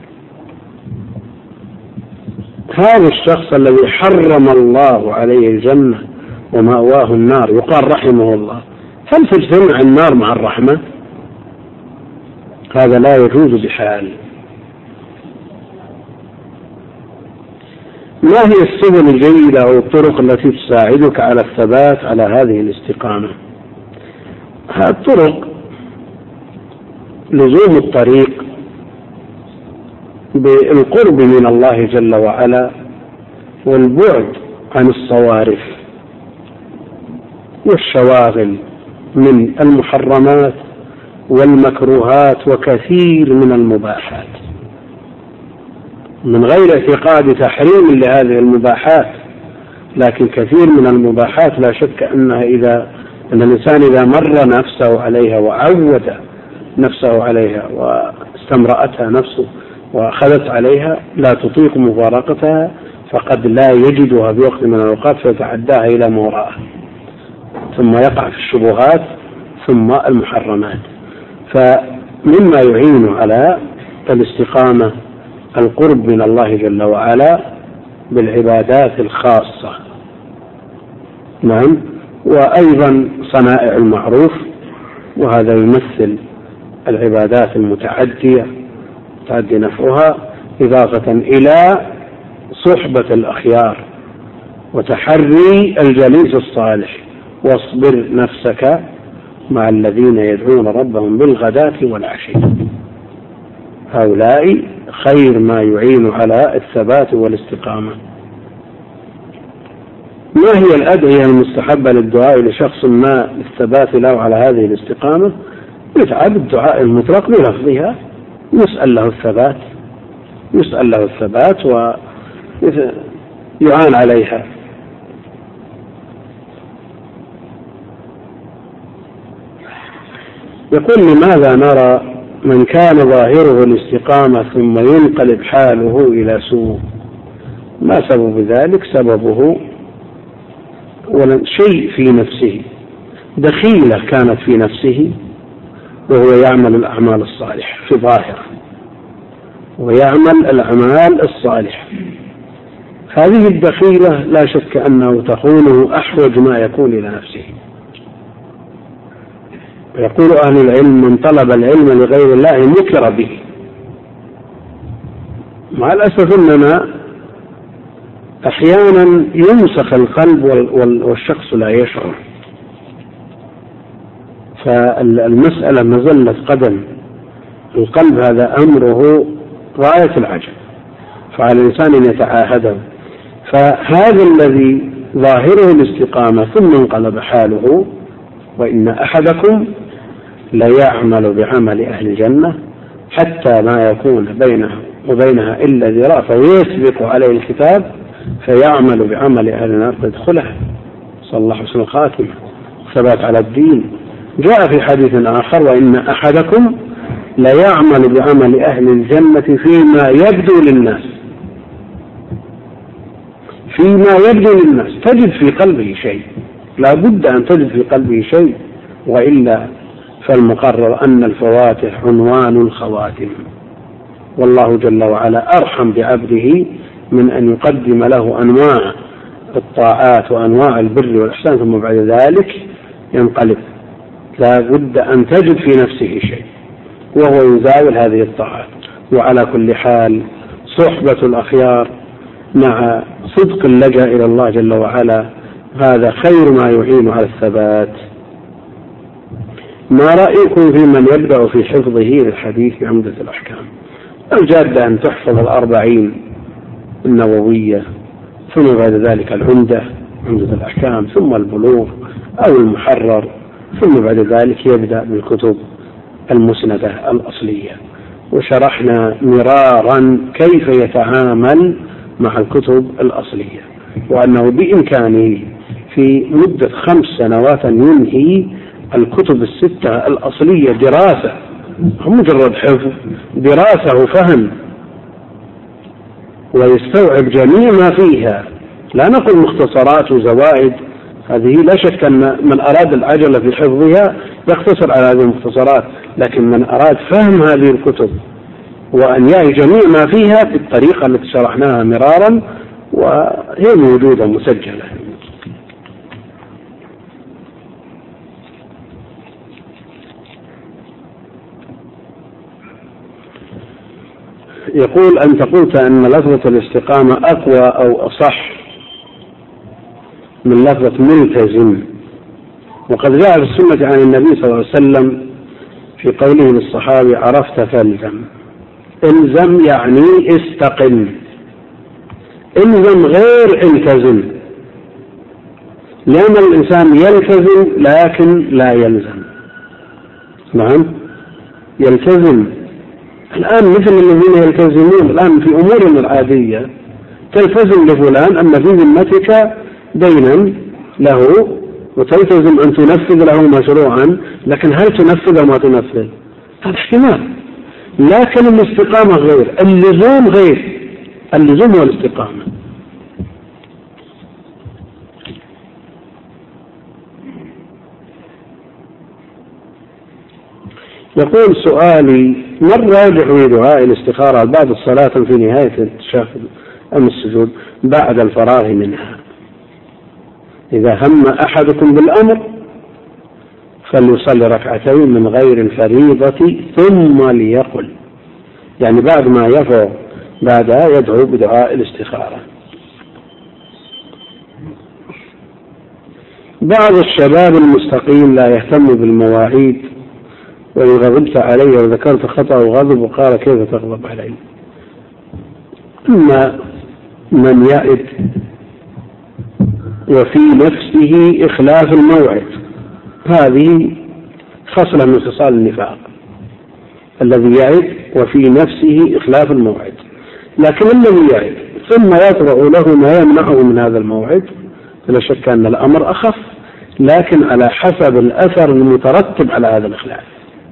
هذا الشخص الذي حرم الله عليه الجنة ومأواه النار يقال رحمه الله، هل تجتمع النار مع الرحمة؟ هذا لا يجوز بحال. ما هي السبل الجيدة أو الطرق التي تساعدك على الثبات على هذه الاستقامة؟ الطرق لزوم الطريق بالقرب من الله جل وعلا والبعد عن الصوارف والشواغل من المحرمات والمكروهات وكثير من المباحات، من غير اعتقاد تحريم لهذه المباحات، لكن كثير من المباحات لا شك أن الإنسان إذا مر نفسه عليها وعود نفسه عليها واستمرأتها نفسه وأخذت عليها لا تطيق مفارقتها، فقد لا يجدها بوقت من الأوقات فيتعداها إلى ما وراءها، ثم يقع في الشبهات ثم المحرمات. فمما يعين على الاستقامة القرب من الله جل وعلا بالعبادات الخاصة، نعم، وأيضا صنائع المعروف، وهذا يمثل العبادات المتعدية تعدي نفعها، إضافة إلى صحبة الأخيار وتحري الجليس الصالح. واصبر نفسك مع الذين يدعون ربهم بالغداة والعشي، هؤلاء خير ما يعين على الثبات والاستقامة. ما هي الأدعية المستحبة للدعاء لشخص ما للثبات له على هذه الاستقامة؟ يتعب الدعاء المطلق بلفظها، يسأل له الثبات ويعان عليها. يقول لماذا نرى من كان ظاهره الاستقامة ثم ينقلب حاله إلى سوء؟ ما سبب ذلك؟ سببه شيء في نفسه، دخيلة كانت في نفسه وهو يعمل الأعمال الصالحة في ظاهره، ويعمل الأعمال الصالحة. هذه الدخيلة لا شك أنه تخونه أحوج ما يكون إلى نفسه. يقول أهل العلم: من طلب العلم لغير الله نكر به. مع الأسف أننا أحيانا يمسخ القلب والشخص لا يشعر، فالمسألة مزلة قدم. القلب هذا أمره غاية العجب، فعلى الإنسان أن يتعاهده. فهذا الذي ظاهره الاستقامة ثم انقلب حاله: وإن أحدكم ليعمل بعمل أهل الجنة حتى ما يكون بينه وبينها إلا ذراع فيسبق عليه الكتاب فيعمل بعمل أهل النار فيدخلها. صلى الله حسن الخاتمة، ثبات على الدين. جاء في حديث آخر: وإن أحدكم ليعمل بعمل أهل الجنة فيما يبدو للناس. فيما يبدو للناس تجد في قلبه شيء، لا بد أن تجد في قلبه شيء، وإلا فالمقرر أن الفواتح عنوان الخواتم. والله جل وعلا أرحم بعبده من أن يقدم له أنواع الطاعات وأنواع البر والإحسان ثم بعد ذلك ينقلب. لا بد أن تجد في نفسه شيء وهو يزاول هذه الطاعات. وعلى كل حال صحبة الأخيار مع صدق اللجأ إلى الله جل وعلا هذا خير ما يعين على الثبات. ما رأيكم في من يبدأ في حفظه للحديث بعمدة الأحكام؟ الجادة أن تحفظ 40 النووية، ثم بعد ذلك عمدة الأحكام، ثم البلوغ أو المحرر، ثم بعد ذلك يبدأ بالكتب المسندة الأصلية. وشرحنا مرارا كيف يتعامل مع الكتب الأصلية، وأنه بإمكانه في مدة 5 سنوات ينهي الكتب ال6 الأصلية دراسة، مجرد حفظ، دراسة وفهم، ويستوعب جميع ما فيها. لا نقول مختصرات وزوائد، هذه لا شك أن من أراد العجلة في حفظها يختصر على هذه المختصرات، لكن من أراد فهم هذه الكتب وأن يعي جميع ما فيها بالطريقة التي شرحناها مرارا وهي موجودة مسجلة. يقول: أنت قلت أن لفظة الاستقامة أقوى أو أصح من لفظة ملتزم، وقد جاء في السنة عن النبي صلى الله عليه وسلم في قوله للصحابي: عرفت فالزم. الزم يعني استقم، الزم غير التزم، لأن الإنسان يلتزم لكن لا يلزم. نعم، يلتزم الآن مثل الذين يلتزمون الآن في أمورهم العادية، تلتزم لفلان أن في ذمتك دينا له وتلتزم أن تنفذ له مشروعا، لكن هل تنفذ أو ما تنفذ؟ هذا احتمال. لكن الاستقامة غير، اللزوم غير، اللزوم هو الاستقامة. يقول سؤالي: ما الراجح في دعاء الاستخارة بعد الصلاة في نهاية التشهد أم السجود بعد الفراغ منها؟ إذا هم أحدكم بالأمر فليصلي 2 ركعتين من غير الفريضة ثم ليقل، يعني بعد ما يفرغ بعدها يدعو بدعاء الاستخارة. بعض الشباب المستقيم لا يهتم بالمواعيد، وإن غضبت علي وذكرت خطأ وغضب وقال: كيف تغضب علي؟ إما من يعد وفي نفسه إخلاف الموعد، هذه خصلة من خصال النفاق، الذي يعد وفي نفسه إخلاف الموعد. لكن الذي يعد ثم يطرأ له ما يمنعه من هذا الموعد فلا شك أن الأمر أخف، لكن على حسب الأثر المترتب على هذا الإخلاف.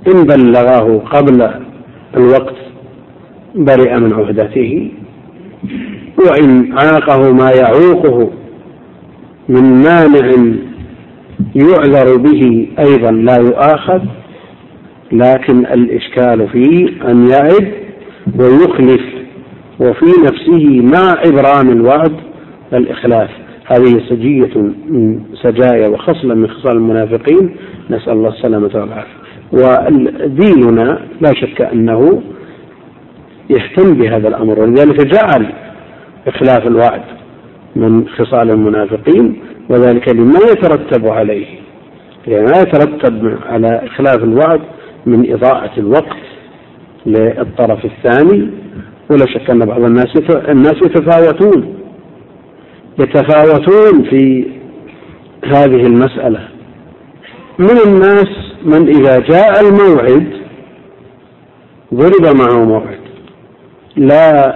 إن بلغه قبل الوقت برئ من عهدته، وإن عاقه ما يعوقه من مانع يعذر به أيضا لا يؤاخذ. لكن الإشكال فيه أن يعد ويخلف وفي نفسه مع إبرام الوعد الإخلاف. هذه سجية من سجايا وخصلة من خصال المنافقين، نسأل الله السلامة والعافية. وديننا لا شك أنه يهتم بهذا الأمر، ولذلك جعل إخلاف الوعد من خصال المنافقين، وذلك لما يترتب عليه، لما يترتب على إخلاف الوعد من إضاعة الوقت للطرف الثاني. ولا شك أن بعض الناس يتفاوتون في هذه المسألة. من الناس من إذا جاء الموعد ضرب معه موعد لا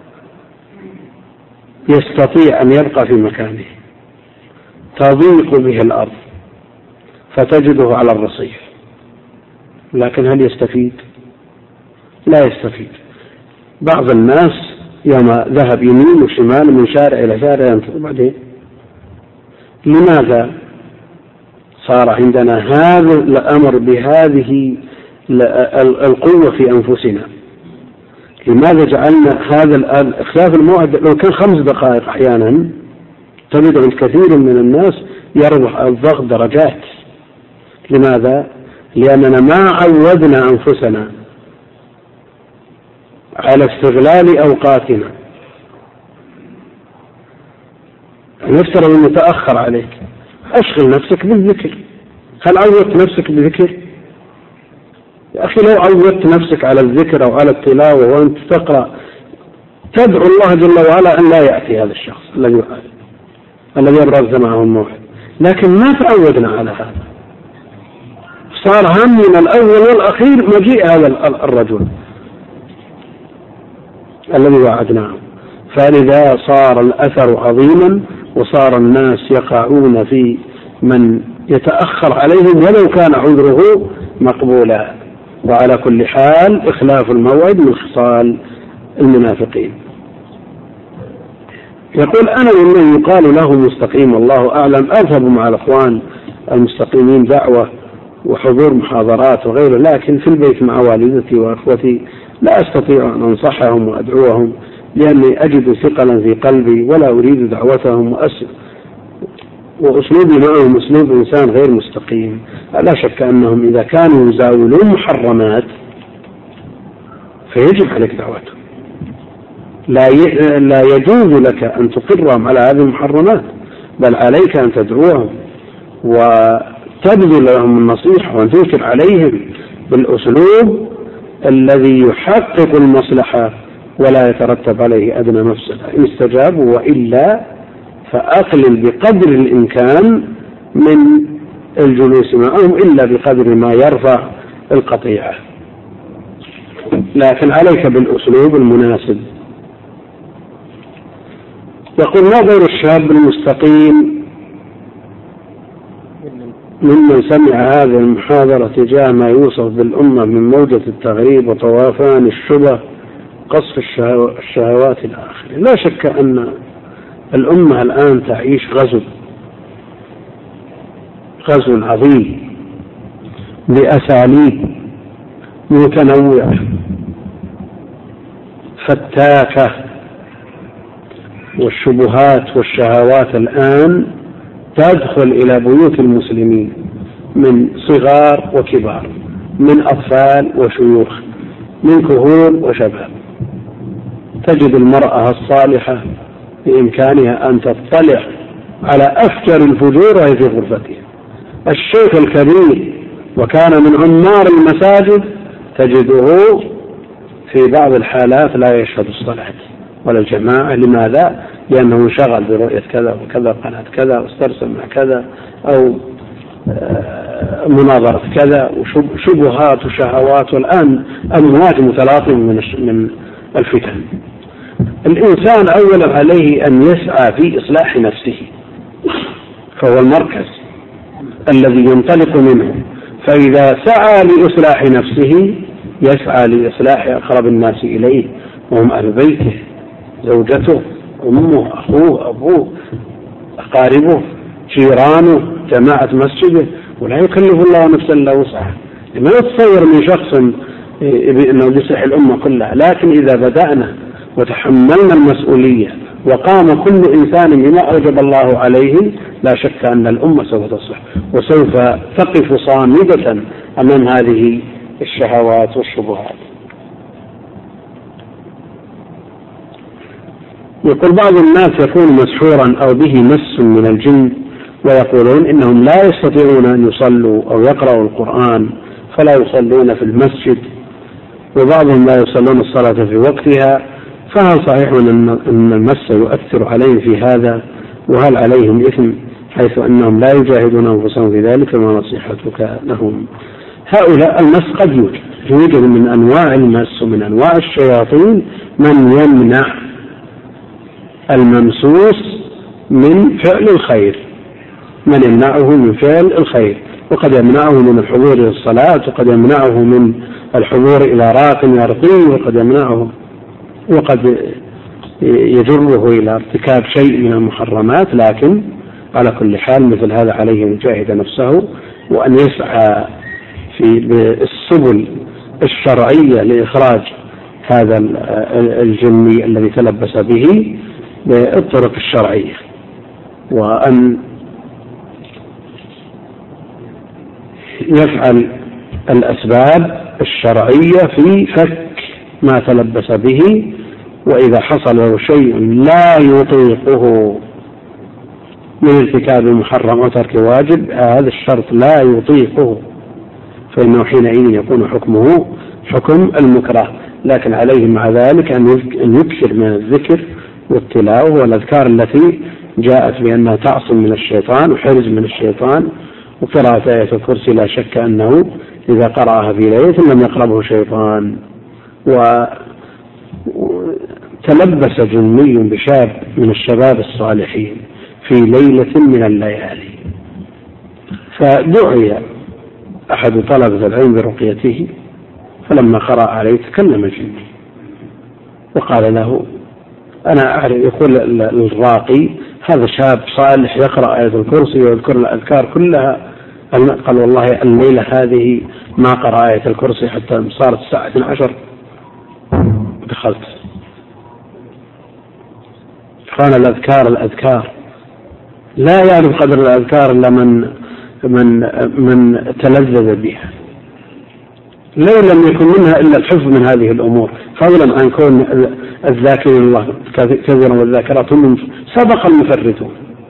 يستطيع أن يبقى في مكانه، تضيق به الأرض فتجده على الرصيف، لكن هل يستفيد؟ لا يستفيد. بعض الناس يوم ذهب يمين وشمال من شارع إلى شارع ينتظر بعدين. لماذا صار عندنا هذا الأمر بهذه القوة في أنفسنا؟ لماذا جعلنا هذا الآن إخلاف الموعد لو كان 5 دقائق أحيانا تجد الكثير من الناس يربح الضغط درجات. لماذا؟ لأننا ما عودنا أنفسنا على استغلال أوقاتنا. نفترض أن يتأخر عليك، أشغل نفسك بالذكر. هل عودت نفسك بالذكر؟ يا أخي لو عودت نفسك على الذكر أو على التلاوة وأنت تقرأ تدعو الله جل وعلا أن لا يأتي هذا الشخص الذي يبرز معه الموعد، لكن ما تعودنا على هذا. صار همنا الأول والأخير مجيء هذا الرجل الذي وعدناه، فلذا صار الأثر عظيما، وصار الناس يقعون في من يتأخر عليهم ولو كان عذره مقبولا. وعلى كل حال إخلاف الموعد من خصال المنافقين. يقول أنا ممن يقال له مستقيم والله أعلم، أذهب مع الأخوان المستقيمين دعوة وحضور محاضرات وغيره، لكن في البيت مع والدتي وأخوتي لا أستطيع أن أنصحهم وأدعوهم لأني أجد ثقلا في قلبي ولا أريد دعوتهم وأسلوبي معهم أسلوب إنسان غير مستقيم. لا شك أنهم إذا كانوا يزاولون محرمات فيجب عليك دعوتهم، لا يجوز لك أن تقرهم على هذه المحرمات، بل عليك أن تدعوهم وتبذل لهم النصيحة وأن تنكر عليهم بالأسلوب الذي يحقق المصلحة ولا يترتب عليه أدنى مفسدة. إن استجابوا وإلا فأقلل بقدر الإمكان من الجلوس معهم إلا بقدر ما يرفع القطيعة، لكن عليك بالأسلوب المناسب. يقول ما دور الشاب المستقيم ممن سمع هذه المحاضرة تجاه ما يوصف بالأمة من موجة التغريب وطوافان الشبه قصف الشهوات إلى آخره؟ لا شك أن الأمة الآن تعيش غزو عظيم بأساليب متنوعة فتاكة، والشبهات والشهوات الآن تدخل إلى بيوت المسلمين من صغار وكبار، من أطفال وشيوخ، من كهول وشباب. تجد المرأة الصالحة بإمكانها أن تطلع على أفجر الفجور وهي في غرفتها. الشيخ الكبير وكان من عمار المساجد تجده في بعض الحالات لا يشهد الصلاة ولا الجماعة. لماذا؟ لأنه انشغل برؤية كذا وكذا، قناة كذا، واسترسل مع كذا، أو مناظرة كذا، وشبهات وشهوات، والآن أمواج متلاطمة من الفتن. الإنسان أولا عليه أن يسعى في إصلاح نفسه، فهو المركز الذي ينطلق منه، فإذا سعى لإصلاح نفسه يسعى لإصلاح أقرب الناس إليه وهم أهل بيته، زوجته، أمه، أخوه، أبوه، أقاربه، جيرانه، جماعة مسجده، ولا يكلف الله نفسا إلا وسعها. ما يتصور من شخص أنه يصلح الأمة كلها، لكن إذا بدأنا وتحملنا المسؤولية وقام كل إنسان بما أوجب الله عليه لا شك أن الأمة سوف تصلح وسوف تقف صامدة أمام هذه الشهوات والشبهات. يقول بعض الناس يكون مسحورا أو به مس من الجن ويقولون إنهم لا يستطيعون أن يصلوا أو يقرأوا القرآن فلا يصلون في المسجد، وبعضهم لا يصلون الصلاة في وقتها، فهل صحيح أن المس يؤثر عليهم في هذا؟ وهل عليهم إثم حيث أنهم لا يجاهدون أنفسهم في ذلك؟ ما نصيحتك لهم؟ هؤلاء المس قد يوجد من أنواع المس ومن أنواع الشياطين من يمنع الممسوس من فعل الخير، من يمنعه من فعل الخير، وقد يمنعه من الحضور إلى الصلاة، وقد يمنعه من الحضور إلى راق يرقيه، وقد يمنعه وقد يجره إلى ارتكاب شيء من المحرمات. لكن على كل حال مثل هذا عليه أن يجاهد نفسه وأن يسعى في السبل الشرعية لإخراج هذا الجني الذي تلبس به بالطرق الشرعية، وأن يفعل الأسباب الشرعية في فك ما تلبس به. وإذا حصل له شيء لا يطيقه من ارتكاب محرم وترك واجب، هذا الشرط لا يطيقه، فإنه حينئذ يكون حكمه حكم المكره. لكن عليه مع ذلك أن يكثر من الذكر والتلاوة والأذكار التي جاءت بأنها تعصم من الشيطان وحرز من الشيطان. وقراءة آية الكرسي لا شك أنه إذا قرأها في ليلة لم يقربه شيطان. وتلبس جني بشاب من الشباب الصالحين في ليلة من الليالي، فدعي أحد طلبة العلم برقيته، فلما قرأ عليه تكلم الجني وقال له أنا أعرف، يقول الراقي هذا شاب صالح يقرأ آية الكرسي ويذكر الأذكار كلها. قال والله الليلة هذه ما قرأ آية الكرسي حتى صارت الساعة 12 دخلت. قال الأذكار لا يعرف قدر الأذكار إلا من تلذذ بها، لم يكن منها إلا الحفظ من هذه الأمور، فضلا عن كون الذاكرين الله كثيرا والذاكرات هم سبق المفردون.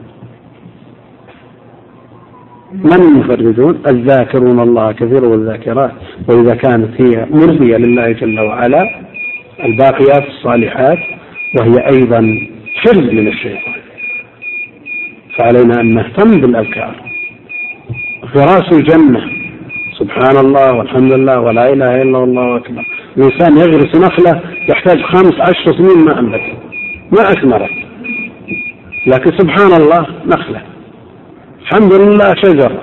من المفردون؟ الذاكرون الله كثيرا والذاكرات، وإذا كانت هي مرضية لله جل وعلا الباقيات الصالحات وهي أيضا حرز من الشيطان، فعلينا أن نهتم بالأذكار. فراس الجنة سبحان الله والحمد لله ولا إله إلا الله أكبر. الإنسان يغرس نخلة يحتاج 15 سنين ما أنبتت ما أثمرت، لكن سبحان الله نخلة، الحمد لله شجرة.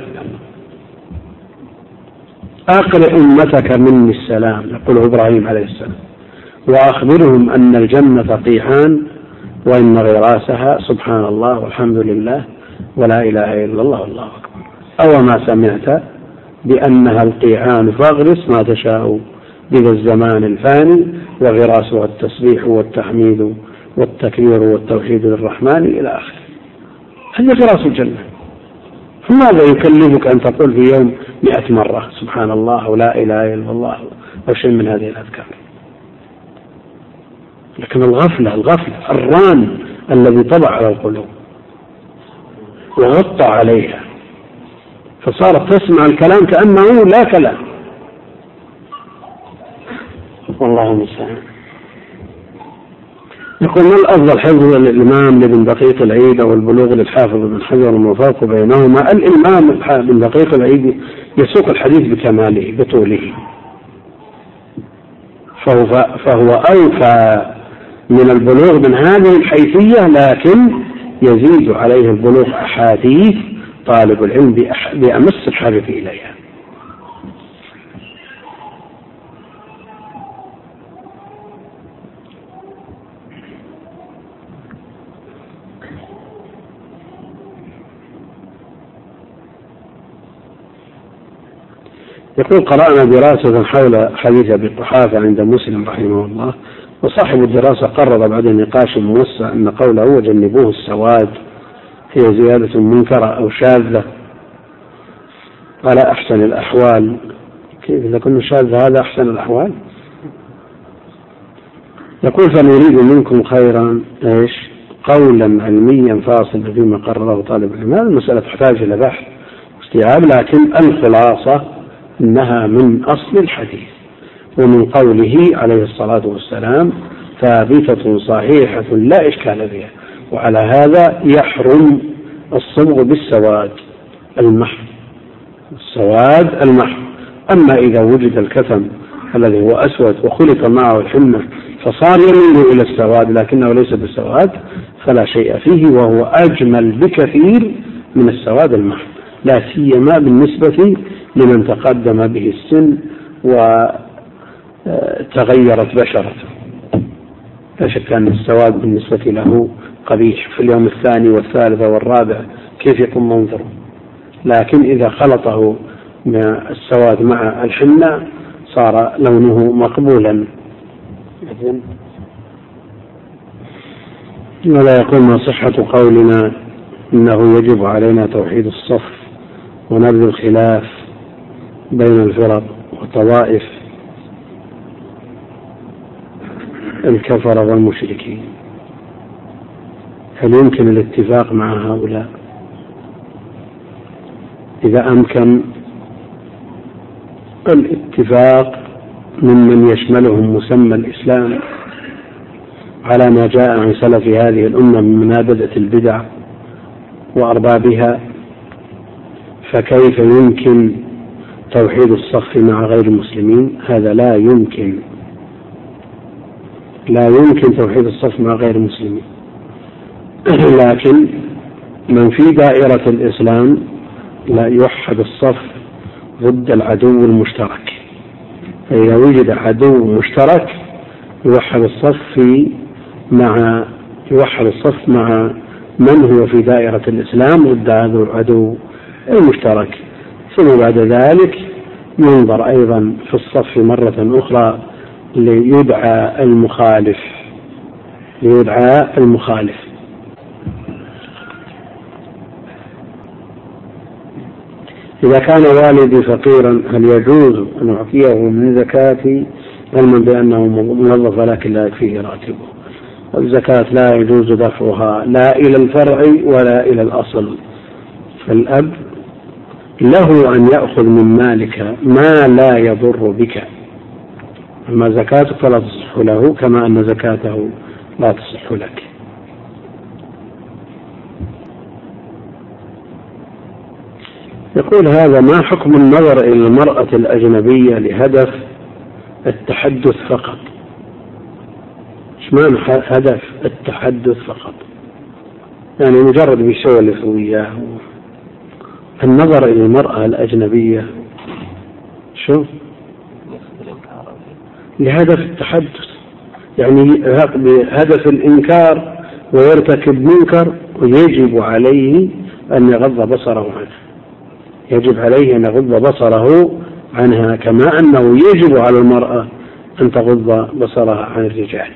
أقرئ أمتك مني السلام، يقول إبراهيم عليه السلام، وأخبرهم أن الجنة قيعان وإن غراسها سبحان الله والحمد لله ولا إله إلا الله والله أكبر. أو ما سمعت بأنها القيعان فاغرس ما تشاء بذا الزمان الفاني وغراسها التسبيح والتحميد والتكبير والتوحيد للرحمن إلى آخره. هذه غراس الجنة. فماذا يكلفك أن تقول في يوم 100 مرة سبحان الله ولا إله إلا الله أو شيء من هذه الأذكار؟ لكن الغفلة الران الذي طبع على القلوب وغطى عليها، فصارت تسمع الكلام كأنه لا كلام. والله المستعان. يقول ما الأفضل، حفظ الإمام لابن دقيق العيد أو البلوغ للحافظ بن حجر الموفق بينهما؟ الإمام ابن دقيق العيد يسوق الحديث بكماله بطوله، فهو أوفى من البلوغ من هذه الحيثية، لكن يزيد عليه البلوغ أحاديث طالب العلم بأمس الحاجة إليها. يقول قرأنا دراسة حول حديث أبي قحافة عند مسلم رحمه الله، وصاحب الدراسة قرر بعد نقاش موسع أن قوله وجنبوه السواد هي زيادة منكرة أو شاذة على أحسن الأحوال. كيف إذا كنا شاذ هذا أحسن الأحوال؟ يقول فنريد منكم خيرا إيش قولا علميا فاصلا فيما قرره طالب العلم. هذه المسألة تحتاج إلى بحث واستيعاب، لكن الخلاصة أنها من أصل الحديث ومن قوله عليه الصلاة والسلام ثابتة صحيحة لا إشكال فيها، وعلى هذا يحرم الصبغ بالسواد المحض، السواد المحض. أما إذا وجد الكتم الذي هو أسود وخلط معه الحنة فصار يميل إلى السواد لكنه ليس بالسواد فلا شيء فيه، وهو أجمل بكثير من السواد المحض، لا سيما بالنسبة لمن تقدم به السن وتغيرت بشرته. لا شك أن السواد بالنسبة له قبيح في اليوم الثاني والثالث والرابع كيف يكون منظره، لكن إذا خلطه السواد مع الحنة صار لونه مقبولا. ولا يكون ما صحة قولنا إنه يجب علينا توحيد الصف ونبذ الخلاف بين الفرق والطوائف الكفر والمشركين. هل يمكن الاتفاق مع هؤلاء؟ إذا أمكن الاتفاق ممن يشملهم مسمى الإسلام على ما جاء عن سلف هذه الأمة من منابذة البدع وأربابها، فكيف يمكن توحيد الصف مع غير المسلمين؟ هذا لا يمكن، لا يمكن توحيد الصف مع غير المسلمين. لكن من في دائرة الإسلام لا يوحد الصف ضد العدو المشترك، فإذا وجد عدو مشترك يوحد الصف مع من هو في دائرة الإسلام ضد هذا العدو المشترك. ثم بعد ذلك ينظر أيضا في الصف مرة أخرى ليدعى المخالف. إذا كان والدي فقيرا هل يجوز أن أعطيه من زكاتي علما بأنه موظف ولكن لا يكفيه راتبه؟ الزكاة لا يجوز دفعها لا إلى الفرع ولا إلى الأصل، فالأب له أن يأخذ من مالك ما لا يضر بك، أما زكاتك فلا تصح له كما أن زكاته لا تصح لك. يقول هذا ما حكم النظر إلى المرأة الأجنبية لهدف التحدث فقط؟ إيش معنى هدف التحدث فقط؟ يعني مجرد بيسولف وياه. النظر إلى المرأة الأجنبية شو لهدف التحدث، يعني بهدف الإنكار ويرتكب منكر ويجب عليه أن يغض بصره عنه، يجب عليه أن يغض بصره عنها كما أنه يجب على المرأة أن تغض بصرها عن الرجال.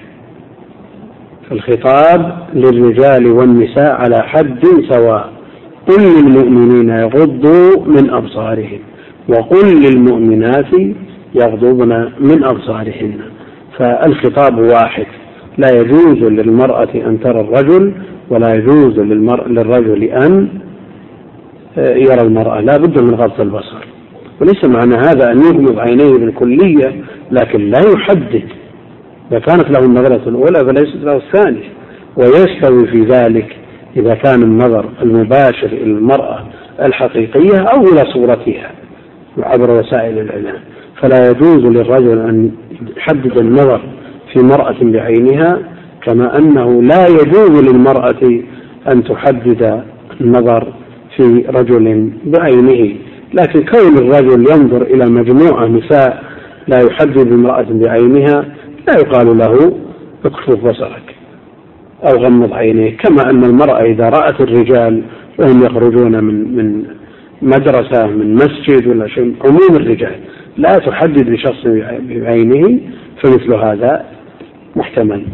فالخطاب للرجال والنساء على حد سواء. قل للمؤمنين يغضوا من أبصارهم وقل للمؤمنات يغضضن من أبصارهن، فالخطاب واحد. لا يجوز للمرأة أن ترى الرجل ولا يجوز للرجل أن يرى المرأة، لا بد من غض البصر. وليس معنى هذا أن يغمض عينيه بالكلية، لكن لا يحدد. إذا كانت له النظرة الأولى فليست له الثانية، ويستوي في ذلك إذا كان النظر المباشر إلى المرأة الحقيقية أو إلى صورتها عبر وسائل الإعلام. فلا يجوز للرجل أن يحدد النظر في مرأة بعينها، كما أنه لا يجوز للمرأة أن تحدد النظر في رجل بعينه. لكن كون الرجل ينظر إلى مجموعة نساء لا يحدد امرأة بعينها لا يقال له اكفف بصرك أو غمض عينيك، كما أن المرأة إذا رأت الرجال وهم يخرجون من مدرسة من مسجد ولا شيء، عموم الرجال لا تحدد بشخص بعينه، فمثل هذا محتمل.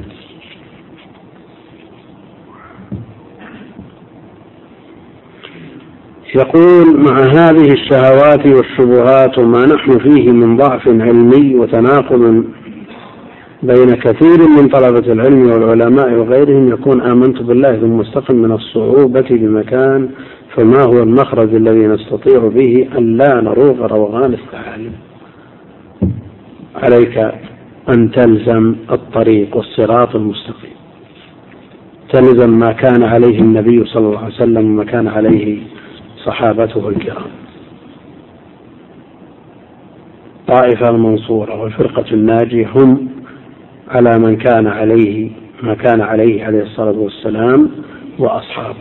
يقول: مع هذه الشهوات والشبهات وما نحن فيه من ضعف علمي وتناقض بين كثير من طلبة العلم والعلماء وغيرهم، يكون آمنت بالله ثم استقم من الصعوبة بمكان، فما هو المخرج الذي نستطيع به أن لا نروغ روغان الثعالب؟ عليك أن تلزم الطريق والصراط المستقيم، تلزم ما كان عليه النبي صلى الله عليه وسلم وما كان عليه صحابته الكرام. طائفة المنصورة والفرقة الناجية هم على من كان عليه ما كان عليه عليه الصلاة والسلام وأصحابه.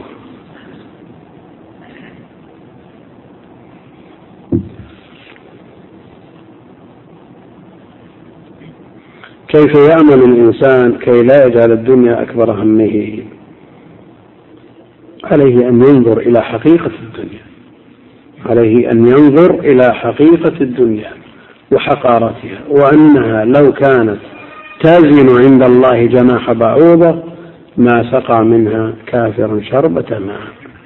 كيف يعمل الإنسان كي لا يجعل الدنيا أكبر همه؟ عليه أن ينظر إلى حقيقة الدنيا، عليه أن ينظر إلى حقيقة الدنيا وحقارتها، وأنها لو كانت تزن عند الله جناح بعوضة ما سقى منها كافر شربة ماء.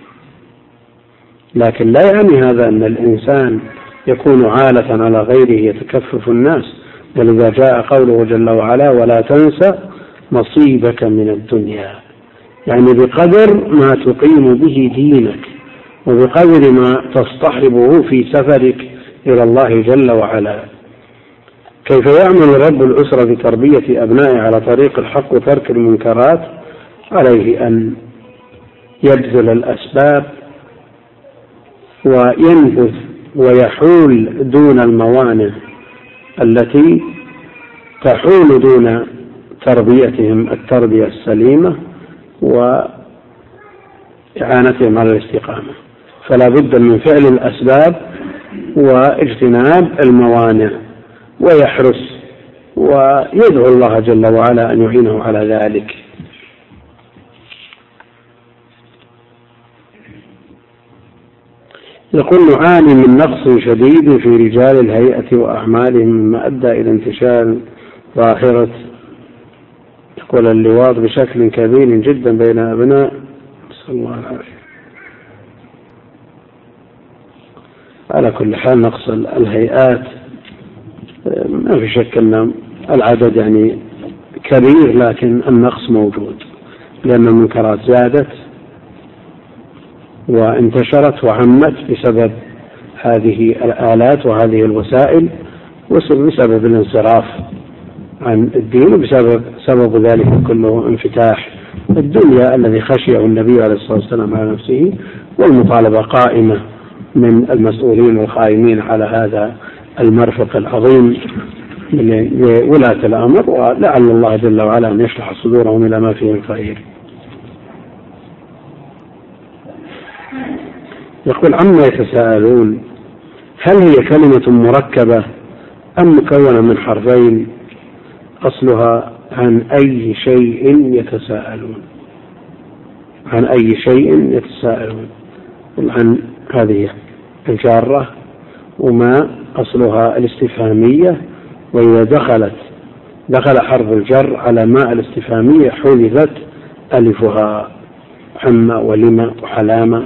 لكن لا يعني هذا أن الإنسان يكون عالة على غيره يتكفف الناس، ولذا جاء قوله جل وعلا: ولا تنسى نصيبك من الدنيا، يعني بقدر ما تقيم به دينك وبقدر ما تصطحبه في سفرك إلى الله جل وعلا. كيف يعمل رب الأسرة في تربية أبنائه على طريق الحق وترك المنكرات؟ عليه أن يبذل الأسباب وينفذ ويحول دون الموانع التي تحول دون تربيتهم التربية السليمة وإعانتهم على الاستقامة. فلا بد من فعل الأسباب واجتناب الموانع، ويحرص ويدعو الله جل وعلا أن يعينه على ذلك. يقول: نعاني من نقص شديد في رجال الهيئة وأعمالهم مما أدى إلى انتشار ظاهرة يقول اللواط بشكل كبير جدا بين أبناء، نسأل الله العافية. على كل حال نقص الهيئات ما في شك أن العدد يعني كبير، لكن النقص موجود لأن المنكرات زادت وانتشرت وعمت بسبب هذه الآلات وهذه الوسائل، وبسبب الانصراف عن الدين، وبسبب ذلك كله انفتاح الدنيا الذي خشيه النبي عليه الصلاة والسلام على نفسه، والمطالبة قائمة من المسؤولين والقائمين على هذا المرفق العظيم لولاة الأمر، ولعل الله جل وعلا أن يشرح صدورهم إلى ما فيه الخير. يقول: عما يتساءلون، هل هي كلمة مركبة أم مكونة من حرفين؟ أصلها عن أي شيء يتساءلون، عن أي شيء يتساءلون، عن هذه الجارة، وما أصلها الاستفهامية، وإذا دخل حرف الجر على ما الاستفهامية حذفت ألفها، عما ولما وحلامة.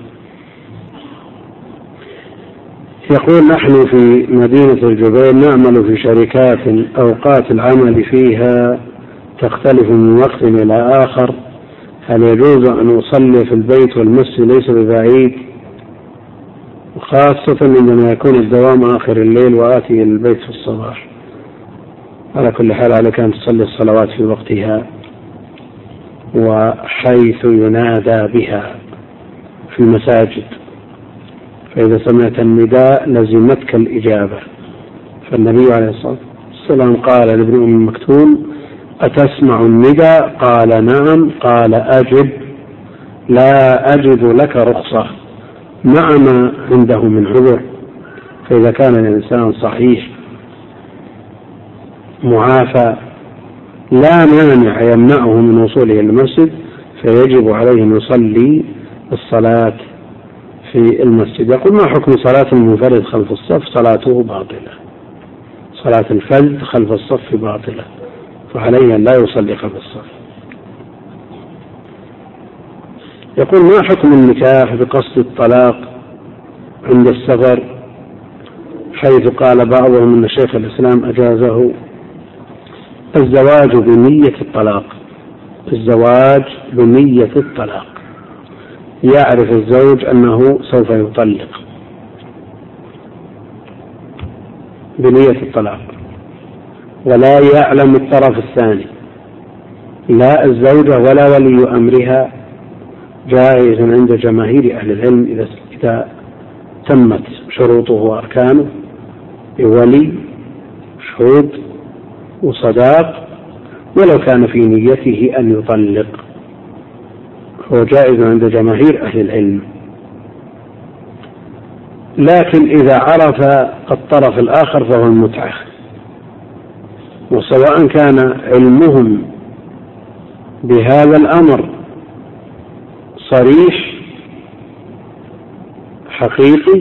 يقول: نحن في مدينة الجبيل نعمل في شركات أوقات العمل فيها تختلف من وقت إلى آخر، هل يجوز أن أصلي في البيت والمسجد ليس ببعيد، خاصة عندما يكون الدوام آخر الليل وآتي إلى البيت في الصباح؟ على كل حال عليك أن تصلي الصلوات في وقتها وحيث ينادى بها في المساجد، فإذا سمعت النداء لزمتك الإجابة. فالنبي عليه الصلاة والسلام قال لابن أم مكتوم: أتسمع النداء؟ قال: نعم. قال: أجب، لا أجد لك رخصة، مع ما عنده من عذر. فإذا كان الإنسان صحيح معافى لا مانع يمنعه من وصوله إلى المسجد، فيجب عليه أن يصلي الصلاة في المسجد. يقول: ما حكم صلاة المنفرد خلف الصف؟ صلاته باطلة. صلاة الفرد خلف الصف باطلة، فعليه أن لا يصلي خلف الصف. يقول: ما حكم النكاح بقصد الطلاق عند السفر، حيث قال بعضهم أن شيخ الإسلام أجازه؟ الزواج بنية الطلاق، الزواج بنية الطلاق، يعرف الزوج أنه سوف يطلق بنية الطلاق، ولا يعلم الطرف الثاني، لا الزوجة ولا ولي أمرها. جائز عند جماهير أهل العلم إذا تمت شروطه وأركانه بولي، شهود، وصداق، ولو كان في نيته أن يطلق، هو جائز عند جماهير أهل العلم. لكن إذا عرف الطرف الآخر فهو المتعة، وسواء كان علمهم بهذا الأمر صريح حقيقي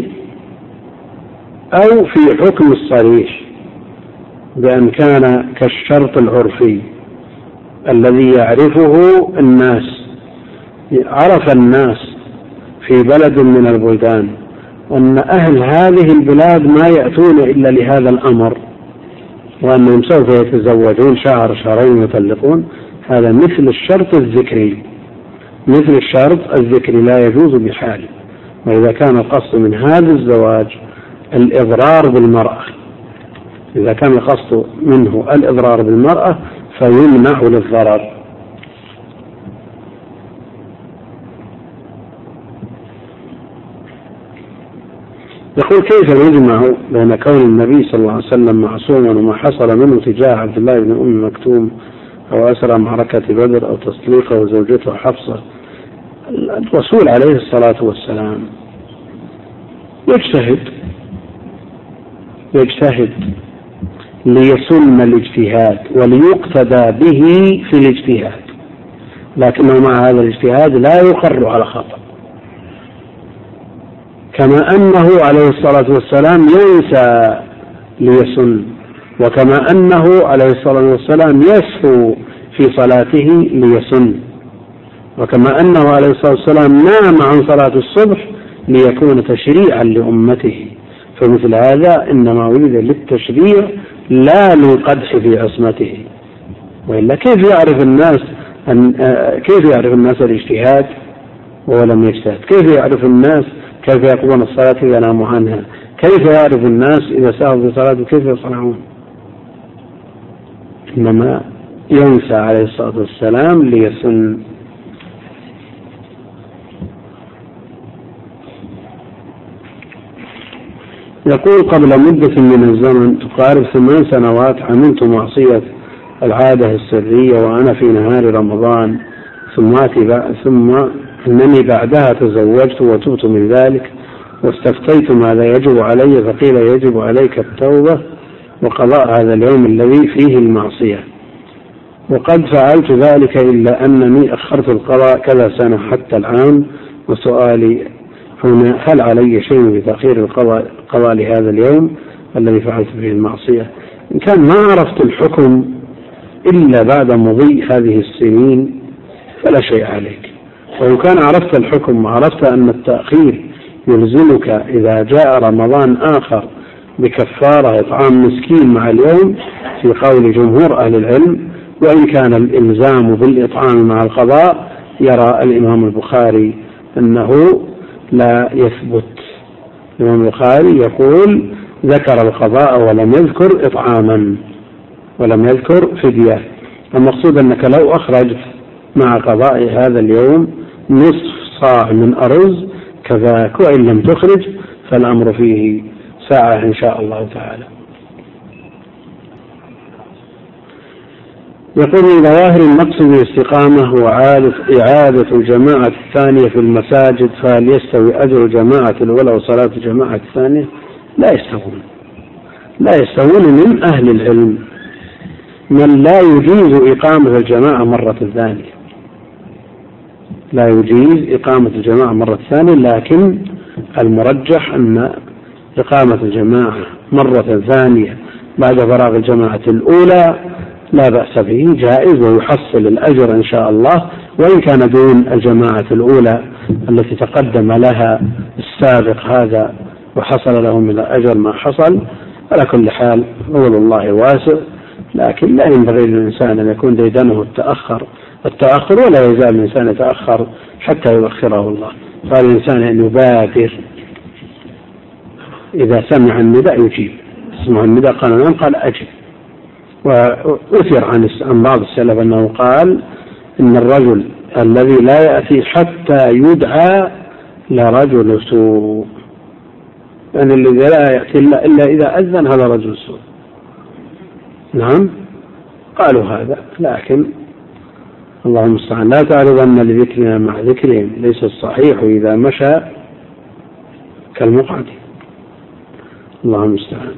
أو في حكم الصريح بأن كان كالشرط العرفي الذي يعرفه الناس، عرف الناس في بلد من البلدان أن أهل هذه البلاد ما يأتون إلا لهذا الأمر، وأنهم سوف يتزوجون شهر شهرين يطلقون. هذا مثل الشرط الذكري، مثل الشرط الذكري لا يجوز بحال. وإذا كان القصد من هذا الزواج الإضرار بالمرأة، إذا كان القصد منه الإضرار بالمرأة فيمنع للضرر. يقول: كيف نجمع بين كون النبي صلى الله عليه وسلم معصوما وما حصل منه تجاه عبد الله بن أم مكتوم أو أسرى معركة بدر أو تصديقه وزوجته حفصة؟ الرسول عليه الصلاة والسلام يجتهد ليسن الاجتهاد وليقتدى به في الاجتهاد، لكنه مع هذا الاجتهاد لا يقر على خطأ، كما أنه عليه الصلاة والسلام ينسى ليسن، وكما أنه عليه الصلاة والسلام يسهو في صلاته ليسن، وكما أنه عليه الصلاة والسلام نام عن صلاة الصبح ليكون تشريعا لأمته. فمثل هذا إنما ولد للتشريع لا للقدح في عصمته. وإلا كيف يعرف الناس الاجتهاد وهو لم يجتهد؟ كيف يعرف الناس كيف يقضون الصلاة إذا ناموا عنها؟ كيف يعرف الناس إذا ساهوا في صلاة كيف يصنعون؟ إنما ينسى عليه الصلاة والسلام ليسن. يقول: قبل مدة من الزمن تقارب 8 سنوات عملت معصية العادة السرية وأنا في نهار رمضان، ثم أنني بعدها تزوجت وتبت من ذلك، واستفتيت ماذا يجب علي، فقيل يجب عليك التوبة وقضاء هذا اليوم الذي فيه المعصية، وقد فعلت ذلك إلا أنني أخرت القضاء كذا سنة حتى الآن. وسؤالي هنا: هل علي شيء بتأخير القضاء لهذا اليوم الذي فعلت فيه المعصية؟ إن كان ما عرفت الحكم إلا بعد مضي هذه السنين فلا شيء عليك، وإن كان عرفت الحكم وعرفت أن التأخير يلزمك إذا جاء رمضان آخر بكفارة إطعام مسكين مع اليوم في قول جمهور أهل العلم، وإن كان الإلزام بالإطعام مع القضاء يرى الإمام البخاري أنه لا يثبت. الإمام البخاري يقول: ذكر القضاء ولم يذكر إطعاما ولم يذكر فدية. المقصود أنك لو أخرجت مع قضاء هذا اليوم نصف صاع من أرز كذاك، وإن لم تخرج فالأمر فيه ساعة إن شاء الله تعالى. يقول: من ظواهر النقص بالاستقامة هو إعادة الجماعة الثانية في المساجد، فهل يستوي أجر الجماعة الأولى وصلاة الجماعة الثانية؟ لا يستوون من أهل العلم من لا يجيز إقامة الجماعة مرة ثانية، لا يجيز إقامة الجماعة مرة ثانية، لكن المرجح أن إقامة الجماعة مرة ثانية بعد فراغ الجماعة الأولى لا بأس به، جائز ويحصل الأجر إن شاء الله، وإن كان دون الجماعة الأولى التي تقدم لها السابق هذا وحصل له من الأجر ما حصل. على كل حال فضل الله واسع، لكن لا ينبغي للإنسان أن يكون ديدنه التأخر، ولا يزال الإنسان يتأخر حتى يؤخره الله. قال الإنسان أن يبادر، إذا سمع النداء يجيب، اسمع النداء قال نعم قال أجب. وأثر عن بعض السلف أنه قال إن الرجل الذي لا يأتي حتى يدعى لرجل سوء، يعني الذي لا يأتي إلا إذا أذن هذا رجل سوء. نعم قالوا هذا، لكن اللهم المستعان لا تعرضن لذكرنا مع ذكرهم، ليس الصحيح إذا مشى كالمقعد. اللهم المستعان.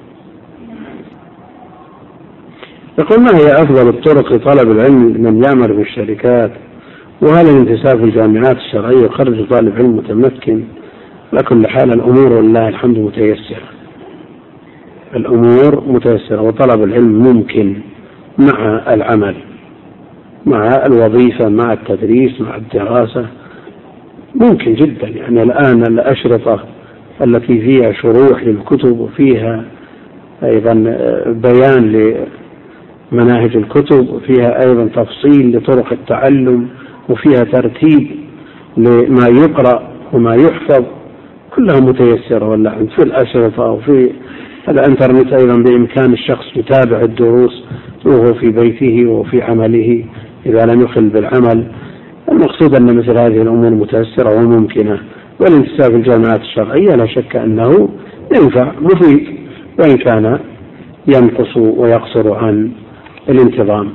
يقول ما هي أفضل الطرق لطلب العلم لمن يعمل في الشركات؟ وهل الانتساب في الجامعات الشرعية يخرج طالب علم متمكن؟ لكل حال الأمور لله الحمد متيسرة، الأمور متيسرة، وطلب العلم ممكن مع العمل، مع الوظيفة، مع التدريس، مع الدراسة، ممكن جدا. يعني الآن الأشرطة التي فيها شروح للكتب وفيها أيضا بيان لمناهج الكتب وفيها أيضا تفصيل لطرق التعلم وفيها ترتيب لما يقرأ وما يحفظ، كلها متيسرة والله في الأشرطة أو في الإنترنت. أيضا بإمكان الشخص يتابع الدروس وهو في بيته وفي عمله إذا لم يخل بالعمل. المقصود أن مثل هذه الأمور متيسرة وممكنة، والانتساب في الجامعات الشرعية لا شك أنه ينفع مفيد، وإن كان ينقص ويقصر عن الانتظام.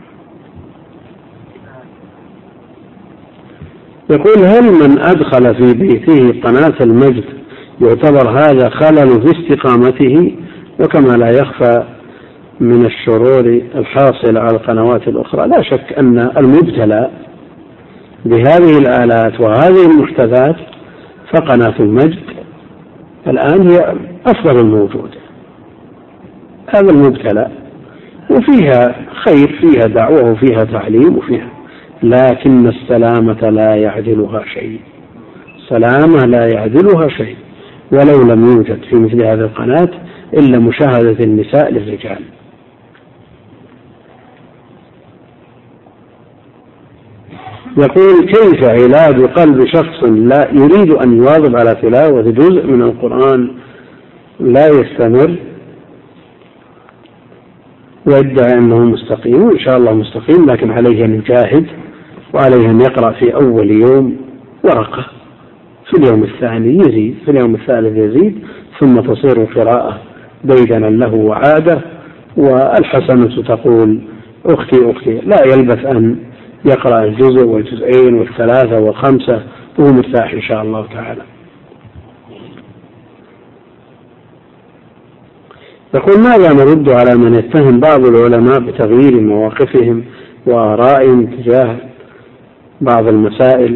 يقول هل من أدخل في بيته قناة المجد يعتبر هذا خلل في استقامته؟ وكما لا يخفى من الشرور الحاصل على القنوات الأخرى، لا شك أن المبتلى بهذه الآلات وهذه المحتذات فقناة المجد الآن هي أفضل الموجود، هذا المبتلى وفيها خير، فيها دعوة وفيها تعليم وفيها، لكن السلامة لا يعدلها شيء، سلامة لا يعدلها شيء، ولو لم يوجد في مثل هذه القناة إلا مشاهدة النساء للرجال. يقول كيف علاج قلب شخص لا يريد أن يواظب على تلاوة جزء من القرآن لا يستمر ويدعي أنه مستقيم؟ إن شاء الله مستقيم، لكن عليه أن يجاهد، وعليه أن يقرأ في أول يوم ورقة، في اليوم الثاني يزيد، في اليوم الثالث يزيد، ثم تصير القراءة ديدنا له وعادة. والحسنة تقول أختي لا يلبث أن يقرأ الجزء والجزئين والثلاثة والخمسة وهو مرتاح إن شاء الله تعالى. يقول ماذا نرد على من يتهم بعض العلماء بتغيير مواقفهم وآرائهم تجاه بعض المسائل؟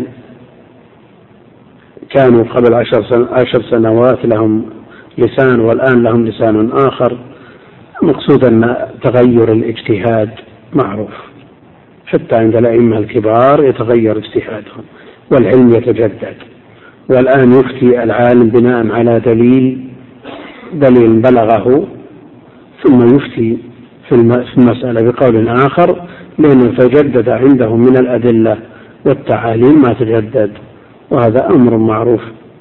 كانوا قبل 10 سنوات لهم لسان والآن لهم لسان آخر. مقصود أن تغير الاجتهاد معروف، حتى عند الأئمة الكبار يتغير اجتهادهم والعلم يتجدد، والآن يفتي العالم بناء على دليل بلغه، ثم يفتي في المسألة بقول آخر لأنه تجدد عنده من الأدلة والتعاليم ما تجدد، وهذا أمر معروف.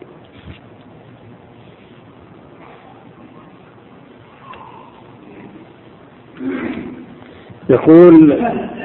يقول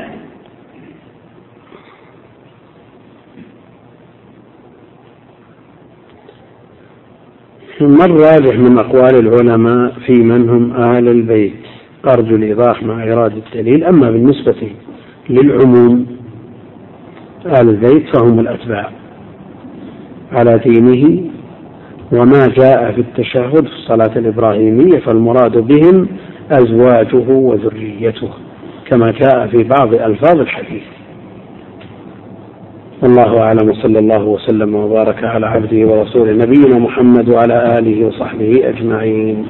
ما الراجح من أقوال العلماء في من هم أهل البيت؟ أرجو الإيضاح مع إرادة الدليل. أما بالنسبة للعموم أهل البيت فهم الأتباع على دينه، وما جاء في التشهد في الصلاة الإبراهيمية فالمراد بهم أزواجه وذريته كما جاء في بعض ألفاظ الحديث. والله أعلم، وصلى الله وسلم وبارك على عبده ورسوله نبينا محمد وعلى آله وصحبه أجمعين.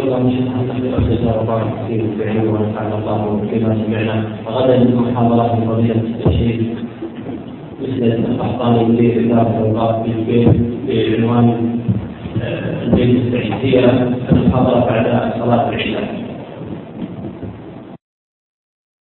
وغدا محاضرات فضيلة الشيخ مثل القحطاني مدير إدارة الأوقاف في بعنوان البيت السعيد، هي المحاضرة بعد صلاة العشاء.